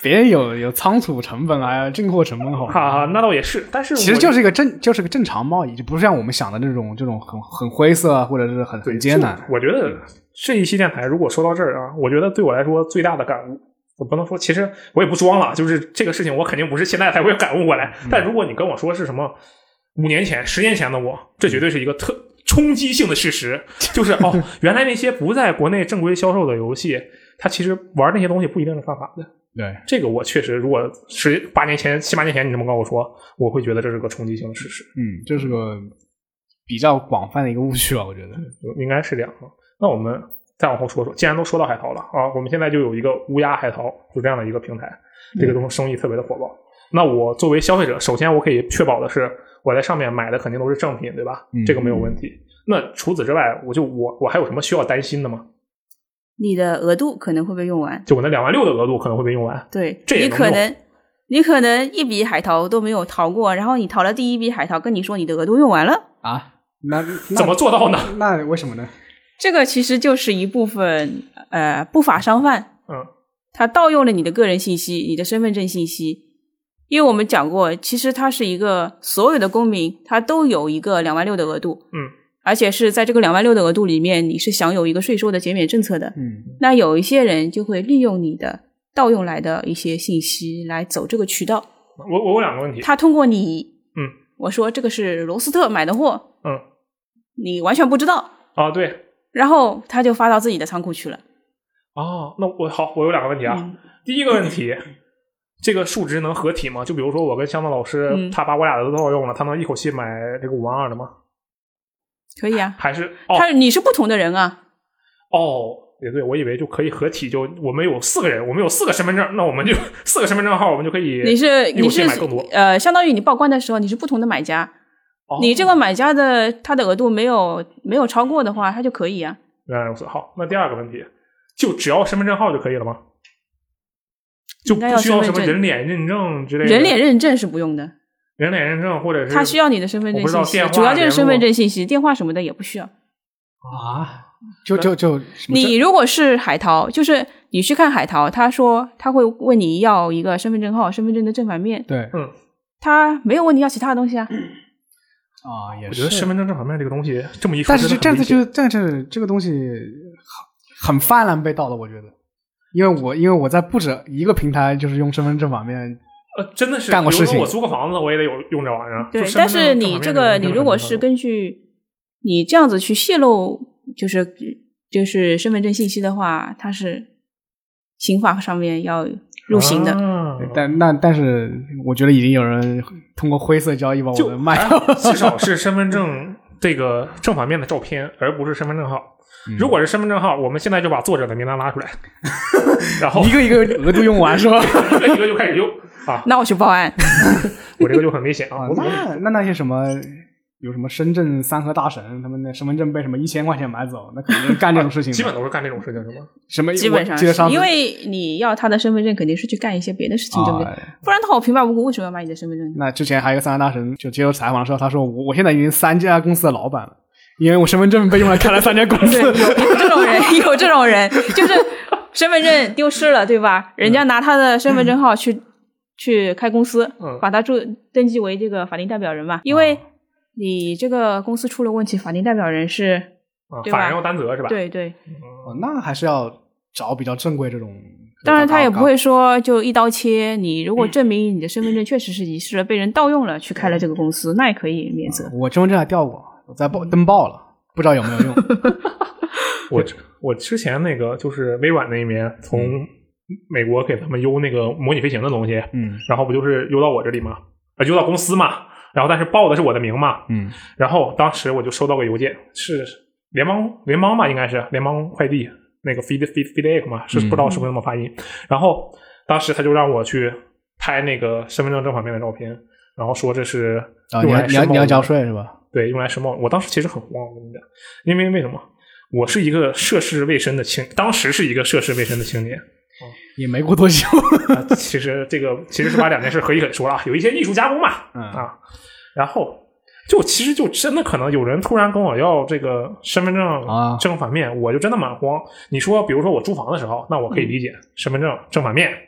别人有仓储成本啊，进货成本好。 哈，那倒也是，但是其实就是个正常贸易，就不是像我们想的这种很灰色啊，或者是很艰难。 我觉得这一期电台如果说到这儿啊，我觉得对我来说最大的感悟，我不能说，其实我也不装了，就是这个事情我肯定不是现在才会感悟过来。但如果你跟我说是什么5年前、10年前的我，这绝对是一个冲击性的事实，就是原来那些不在国内正规销售的游戏，它其实玩那些东西不一定是犯法的。 对， 这个我确实，如果7、8年前你这么跟我说，我会觉得这是个冲击性的事实。 这是个比较广泛的一个误区吧，我觉得应该是这样。那我们再往后说说，既然都说到海淘了啊，我们现在就有一个乌鸦海淘，就这样的一个平台，这个东西生意特别的火爆。那我作为消费者，首先我可以确保的是，我在上面买的肯定都是正品，对吧？这个没有问题。那除此之外，我还有什么需要担心的吗？ 你的额度可能会被用完， 就我那26000的额度可能会被用完。 对， 这也你可能一笔海淘都没有淘过，然后你淘了第一笔海淘，跟你说你的额度用完了啊？那怎么做到呢？ 那为什么呢？ 这个其实就是一部分不法商贩，他盗用了你的个人信息，你的身份证信息。因为我们讲过，其实它是一个所有的公民他都有一个26000的额度，而且是在这个26000的额度里面，你是享有一个税收的减免政策的。那有一些人就会利用你的盗用来的一些信息来走这个渠道。 我有2个问题。 他通过你，我说这个是罗斯特买的货，你完全不知道啊，对， 然后他就发到自己的仓库去了。 那我有2个问题啊。第一个问题，这个数值能合体吗？就比如说我跟香港老师，他把我俩的都盗用了，他能一口气买这个52000的吗？ 可以啊， 还是你是不同的人啊。 也对，我以为就可以合体，就我们有4个人，我们有4个身份证，那我们就4个身份证号，我们就可以一口气买更多。 相当于你报关的时候你是不同的买家，你这个买家的他的额度没有超过的话，他就可以啊。 原来如此。好，那第2个问题，就只要身份证号就可以了吗？就不需要什么人脸认证之类的？ 人脸认证是不用的。 人脸认证或者是他需要你的身份证信息，主要就是身份证信息，电话什么的也不需要啊。 你如果是海淘，就是你去看海淘，他说他会问你要一个身份证号、身份证的正反面。 对， 他没有问你要其他的东西啊。 也是。 我觉得身份证正反面这个东西这么一说， 但是这个东西很泛滥被盗的，我觉得，因为我在不止一个平台就是用身份证正反面。 真的是干过事情。 我租个房子，我也得用这玩意儿。 对，但是你这个，你如果是根据你这样子去泄露，就是身份证信息的话，它是刑法上面要入刑的。 但是我觉得已经有人通过灰色交易把我们卖掉了。 至少是身份证这个正反面的照片，而不是身份证号。如果是身份证号，我们现在就把作者的名单拉出来，然后一个一个额度用完是吧？ 一个一个就开始用啊。 那我去报案。 我这个就很危险啊。 那些什么有什么深圳三和大神，他们的身份证被什么1000块钱买走，那肯定干这种事情。 基本都是干这种事情，是吗？ 什么？ 基本上是，因为你要他的身份证，肯定是去干一些别的事情，对不对？不然的话，我平白无故为什么要买你的身份证？ 那之前还有一个三和大神就接受采访的时候，他说我现在已经3家公司的老板了。因为我身份证被用来开了3家公司。 有这种人，就是身份证丢失了，对吧？人家拿他的身份证号去开公司，把他登记为这个法定代表人嘛。因为你这个公司出了问题，法定代表人是法人要担责是吧？ 对对。 那还是要找比较正规这种。 当然他也不会说就一刀切，你如果证明你的身份证确实是遗失了，被人盗用了，去开了这个公司，那也可以免责。 我身份证还掉过。我在登报了，不知道有没有用。 我之前那个就是微软那一面从美国给他们邮那个模拟飞行的东西，然后不就是邮到我这里吗？邮到公司嘛，然后但是报的是我的名嘛，然后当时我就收到个邮件，是联邦吧，应该是联邦快递那个 FedEx 嘛，是不知道是不是那么发音。然后当时他就让我去拍那个身份证正反面的照片，然后说这是用来申报的。 你要交税是吧？ 对，用来申报。我当时其实很慌，我跟你讲，因为什么？我是一个涉世未深的当时是一个涉世未深的青年， 也没过多久。 其实是把2件事合一起说了，有一些艺术加工嘛，然后其实真的可能有人突然跟我要这个身份证正反面，我就真的蛮慌。你说，比如说我租房的时候，那我可以理解身份证正反面，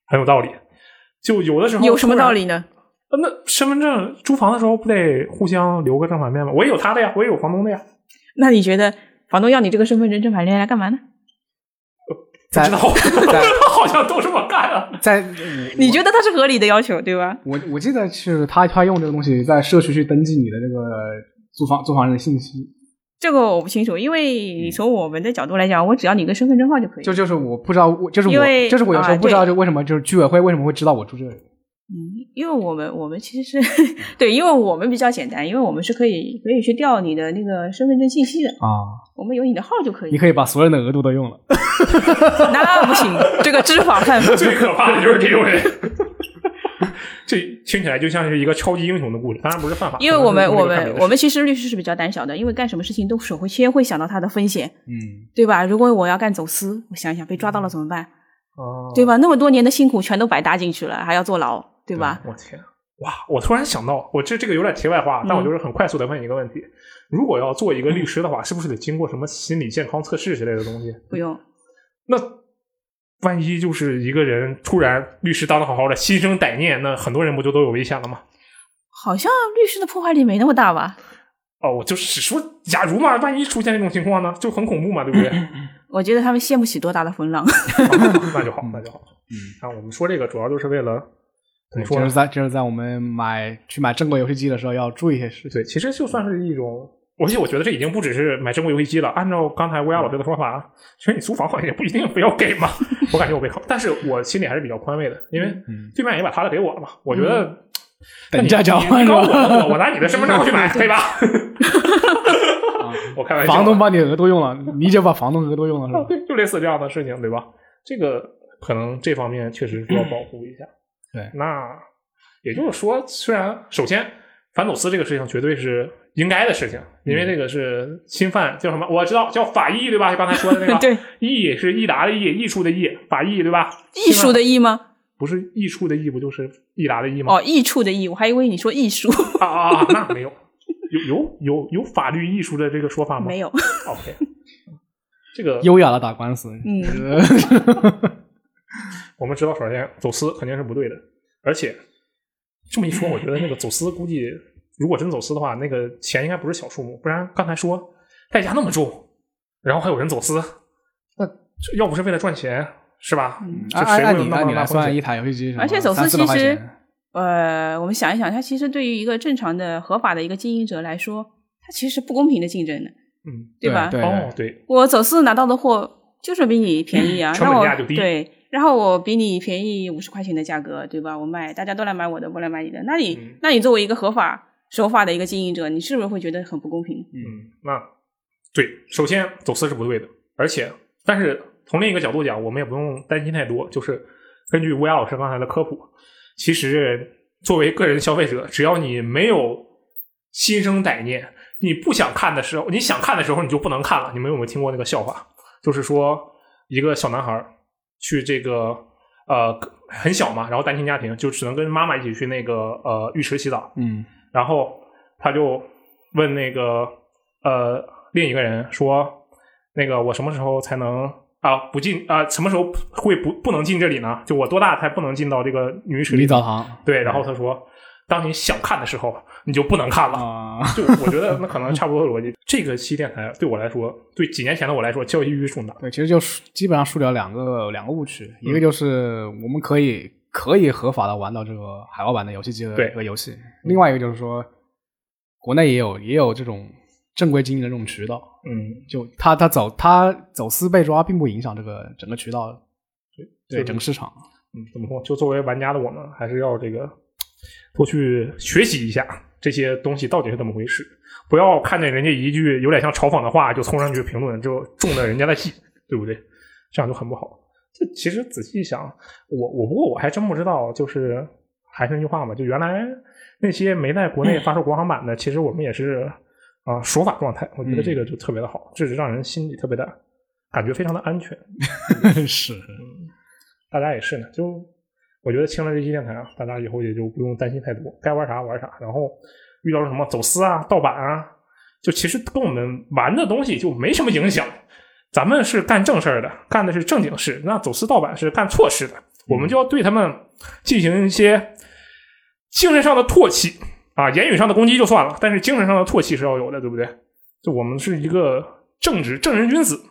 很有道理。就有的时候有什么道理呢？ 那身份证租房的时候不得互相留个正反面吗？我也有他的呀，我也有房东的呀。 那你觉得房东要你这个身份证正反面来干嘛呢？ 不知道，好像都这么干啊。 你觉得他是合理的要求，对吧？ 我记得是他用这个东西在社区去登记你的这个租房人的信息。 这个我不清楚，因为从我们的角度来讲，我只要你个身份证号就可以。 就是我不知道，就是我有时候不知道，就为什么就是居委会为什么会知道我住这里？ 因为我们其实是对，因为我们比较简单，因为我们是可以去调你的那个身份证信息的啊，我们有你的号就可以。 你可以把所有人的额度都用了， 那不行，这个知法犯法。 最可怕的就是这种人。这听起来就像是一个超级英雄的故事，当然不是犯法。 因为我们其实律师是比较胆小的，因为干什么事情都首先会想到它的风险，对吧？如果我要干走私，我想一想被抓到了怎么办？对吧？那么多年的辛苦全都白搭进去了，还要坐牢，对吧？ 我天，哇！我突然想到，我这个有点题外话，但我就是很快速的问一个问题：如果要做一个律师的话，是不是得经过什么心理健康测试之类的东西？ 不用。 那万一就是一个人突然律师当得好好的，心生歹念，那很多人不就都有危险了吗？ 好像律师的破坏力没那么大吧？ 我就只说假如嘛，万一出现这种情况呢，就很恐怖嘛，对不对？ 我觉得他们掀不起多大的风浪。 那就好。那我们说这个主要就是为了怎么说呢？ 就是在我们去买正规游戏机的时候要注意一些事情。 对，其实就算是一种。而且我觉得这已经不只是买正规游戏机了。按照刚才乌鸦老师的说法，其实你租房好像也不一定非要给嘛。我感觉我被坑，但是我心里还是比较宽慰的，因为对面也把他的给我了嘛。我觉得等价交换是吧？我拿你的身份证去买，可以吧？我开玩笑， 房东把你额度用了，你就把房东额度用了，是吧？ 对，就类似这样的事情，对吧？这个可能这方面确实需要保护一下。 对， 那也就是说，虽然首先反走私这个事情绝对是应该的事情，因为这个是侵犯叫什么？我知道叫法益，对吧？刚才说的那个， 对， 益是益达的益，益处的益，法益，对吧？ 艺术的艺吗？ 不是益处的益，不就是益达的益吗？ 益处的益，我还以为你说艺术那没有，有法律艺术的这个说法吗？ 没有。 OK， 这个优雅的打官司， 我们知道，首先走私肯定是不对的，而且这么一说，我觉得那个走私估计，如果真走私的话，那个钱应该不是小数目，不然刚才说代价那么重，然后还有人走私，那要不是为了赚钱，是吧？ 按你来算一台游戏机， 而且走私其实，我们想一想，它其实对于一个正常的合法的一个经营者来说，它其实是不公平的竞争的，对吧？ 对， 我走私拿到的货就是比你便宜啊， 成本价就低， 对。然后我比你便宜50块钱的价格，对吧？我卖，大家都来买我的，不来买你的。那你作为一个合法守法的一个经营者，你是不是会觉得很不公平？ 那对，首先走私是不对的，但是从另一个角度讲，我们也不用担心太多。就是根据乌鸦老师刚才的科普，其实作为个人消费者，只要你没有心生歹念，你不想看的时候，你想看的时候你就不能看了。你们有没有听过那个笑话？就是说一个小男孩去这个很小嘛，然后单亲家庭就只能跟妈妈一起去那个浴池洗澡，然后他就问那个另一个人说，那个我什么时候才能不进什么时候会不能进这里呢？就我多大才不能进到这个女池里澡堂？ 对，然后他说，当你想看的时候，你就不能看了。就我觉得那可能差不多的逻辑。这个期电台对我来说，对几年前的我来说，教育意义重大。 对，其实就基本上梳理了两个误区，一个就是我们可以合法的玩到这个海外版的游戏机的这个游戏，另外一个就是说，国内也有这种正规经营的这种渠道。就他走私被抓，并不影响这个整个渠道，对整个市场。 怎么说？就作为玩家的我们，还是要这个多去学习一下这些东西到底是怎么回事，不要看见人家一句有点像嘲讽的话就冲上去评论，就中了人家的计，对不对？这样就很不好。这其实仔细想，不过我还真不知道，就是还是那句话嘛，就原来那些没在国内发售国行版的，其实我们也是守法状态。我觉得这个就特别的好，这是让人心里特别的感觉非常的安全。 是， 大家也是呢，就我觉得听了这期电台大家以后也就不用担心太多，该玩啥玩啥。然后遇到什么走私盗版就其实跟我们玩的东西就没什么影响。咱们是干正事的，干的是正经事，那走私盗版是干错事的。 我们就要对他们进行一些精神上的唾弃啊，言语上的攻击就算了，但是精神上的唾弃是要有的，对不对？就我们是一个正人君子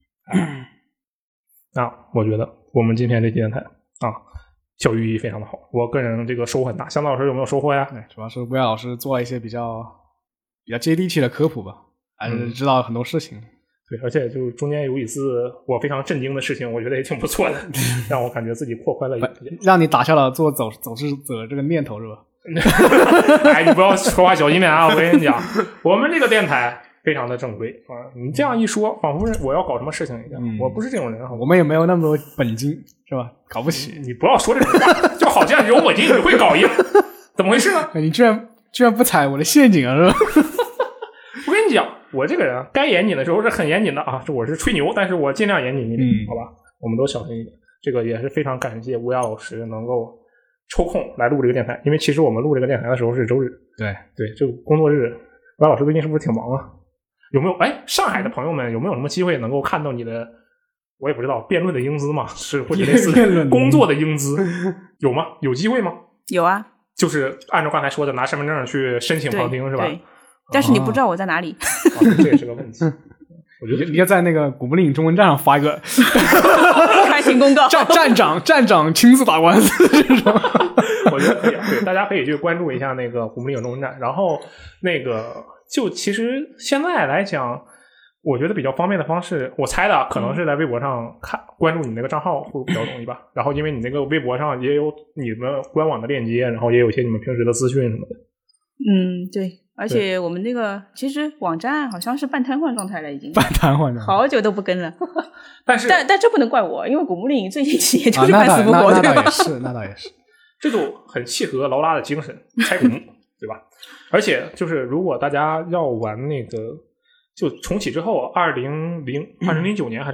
啊，我觉得我们今天这期电台啊，教育意义非常的好，我个人这个收获很大。香港老师有没有收获呀？ 对，主要是吴亚老师做了一些比较接地气的科普吧，还是知道很多事情。 对，而且就中间有一次我非常震惊的事情，我觉得也挺不错的，让我感觉自己破坏了一点， 让你打消了做走失者这个念头是吧？ 哎，你不要说话小心点啊！我跟你讲，我们这个电台非常的正规啊！你这样一说，仿佛我要搞什么事情一样。我不是这种人， 我们也没有那么多本金，是吧？搞不起。 你不要说这种话，就好像有本金你会搞一样，怎么回事呢？ 你居然不踩我的陷阱啊，是吧？ 我跟你讲，我这个人该严谨的时候是很严谨的啊，我是吹牛，但是我尽量严谨一点，好吧？我们都小心一点。这个也是非常感谢吴亚老师能够抽空来录这个电台，因为其实我们录这个电台的时候是周日。对，就工作日。吴亚老师最近是不是挺忙啊？有没有上海的朋友们有没有什么机会能够看到你的？我也不知道辩论的英姿嘛，是或者类似工作的英姿有吗？有机会吗？ 有啊， 就是按照刚才说的，拿身份证去申请旁听是吧？ 对，但是你不知道我在哪里， 这也是个问题。 我觉得你要在那个古布林中文站上发一个开行公告， 站长亲自打官司这种。 我觉得可以，对，大家可以去关注一下那个古布林中文站，然后那个就其实现在来讲，我觉得比较方便的方式，我猜的可能是在微博上关注你那个账号会比较容易吧。然后因为你那个微博上也有你们官网的链接，然后也有一些你们平时的资讯什么的。 对，而且我们那个其实网站好像是半瘫痪状态了，已经半瘫痪的， 好久都不更了。但这不能怪我，因为古布林最近企业就是半死不活， 对吧？ 那倒也是， 这就很契合劳拉的精神，拆古墓，对吧？而且就是如果大家要玩那个，就重启之后，2009年还是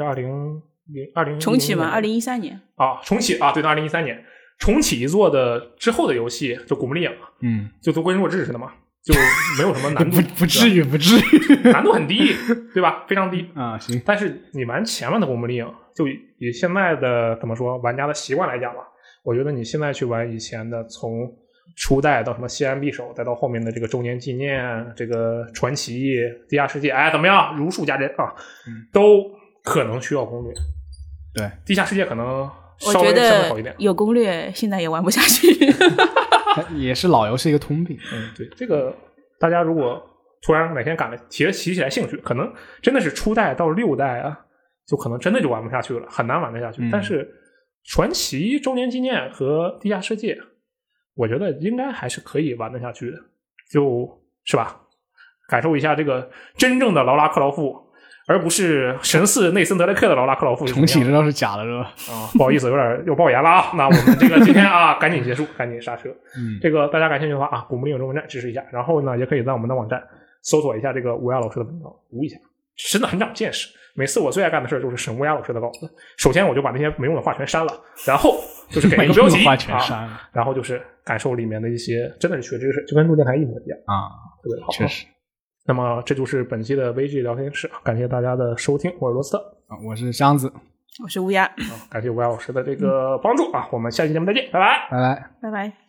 20 重启嘛，2013年啊，重启啊，对，2013年重启一座的之后的游戏，就古墓丽影，就都跟弱智似的嘛，就没有什么难度， 不至于， 难度很低，对吧？非常低啊，行。 但是你玩前面的古墓丽影，就以现在的怎么说玩家的习惯来讲吧，我觉得你现在去玩以前的，从初代到什么西安匕首，再到后面的这个周年纪念，这个传奇、地下世界，怎么样？如数家珍啊，都可能需要攻略。 对， 地下世界可能稍微相对好一点， 有攻略现在也玩不下去。 也是老游戏一个通病。 对，这个大家如果突然哪天提起来兴趣，可能真的是初代到6代啊，就可能真的就玩不下去了，很难玩得下去。但是传奇、周年纪念和地下世界，我觉得应该还是可以玩得下去的，就是吧？感受一下这个真正的劳拉克劳夫，而不是神似内森德雷克的劳拉克劳夫。 重启这倒是假的，是吧？ 不好意思，有点又爆言了啊！那我们这个今天赶紧结束，赶紧刹车。这个大家感兴趣的话古墓丽影中文站支持一下，然后呢，也可以在我们的网站搜索一下这个吴亚老师的文章，读一下，真的很长见识。每次我最爱干的事就是审吴亚老师的稿子。首先我就把那些没用的话全删了，然后就是给一个标题然后就是感受里面的一些真的是学知识，就跟录电台一模一样特别好。 确实。 那么这就是本期的 VG 聊天室，感谢大家的收听，我是罗斯特， 我是箱子， 我是乌鸦， 感谢吴亚老师的这个帮助我们下期节目再见，拜拜， 拜拜， 拜拜。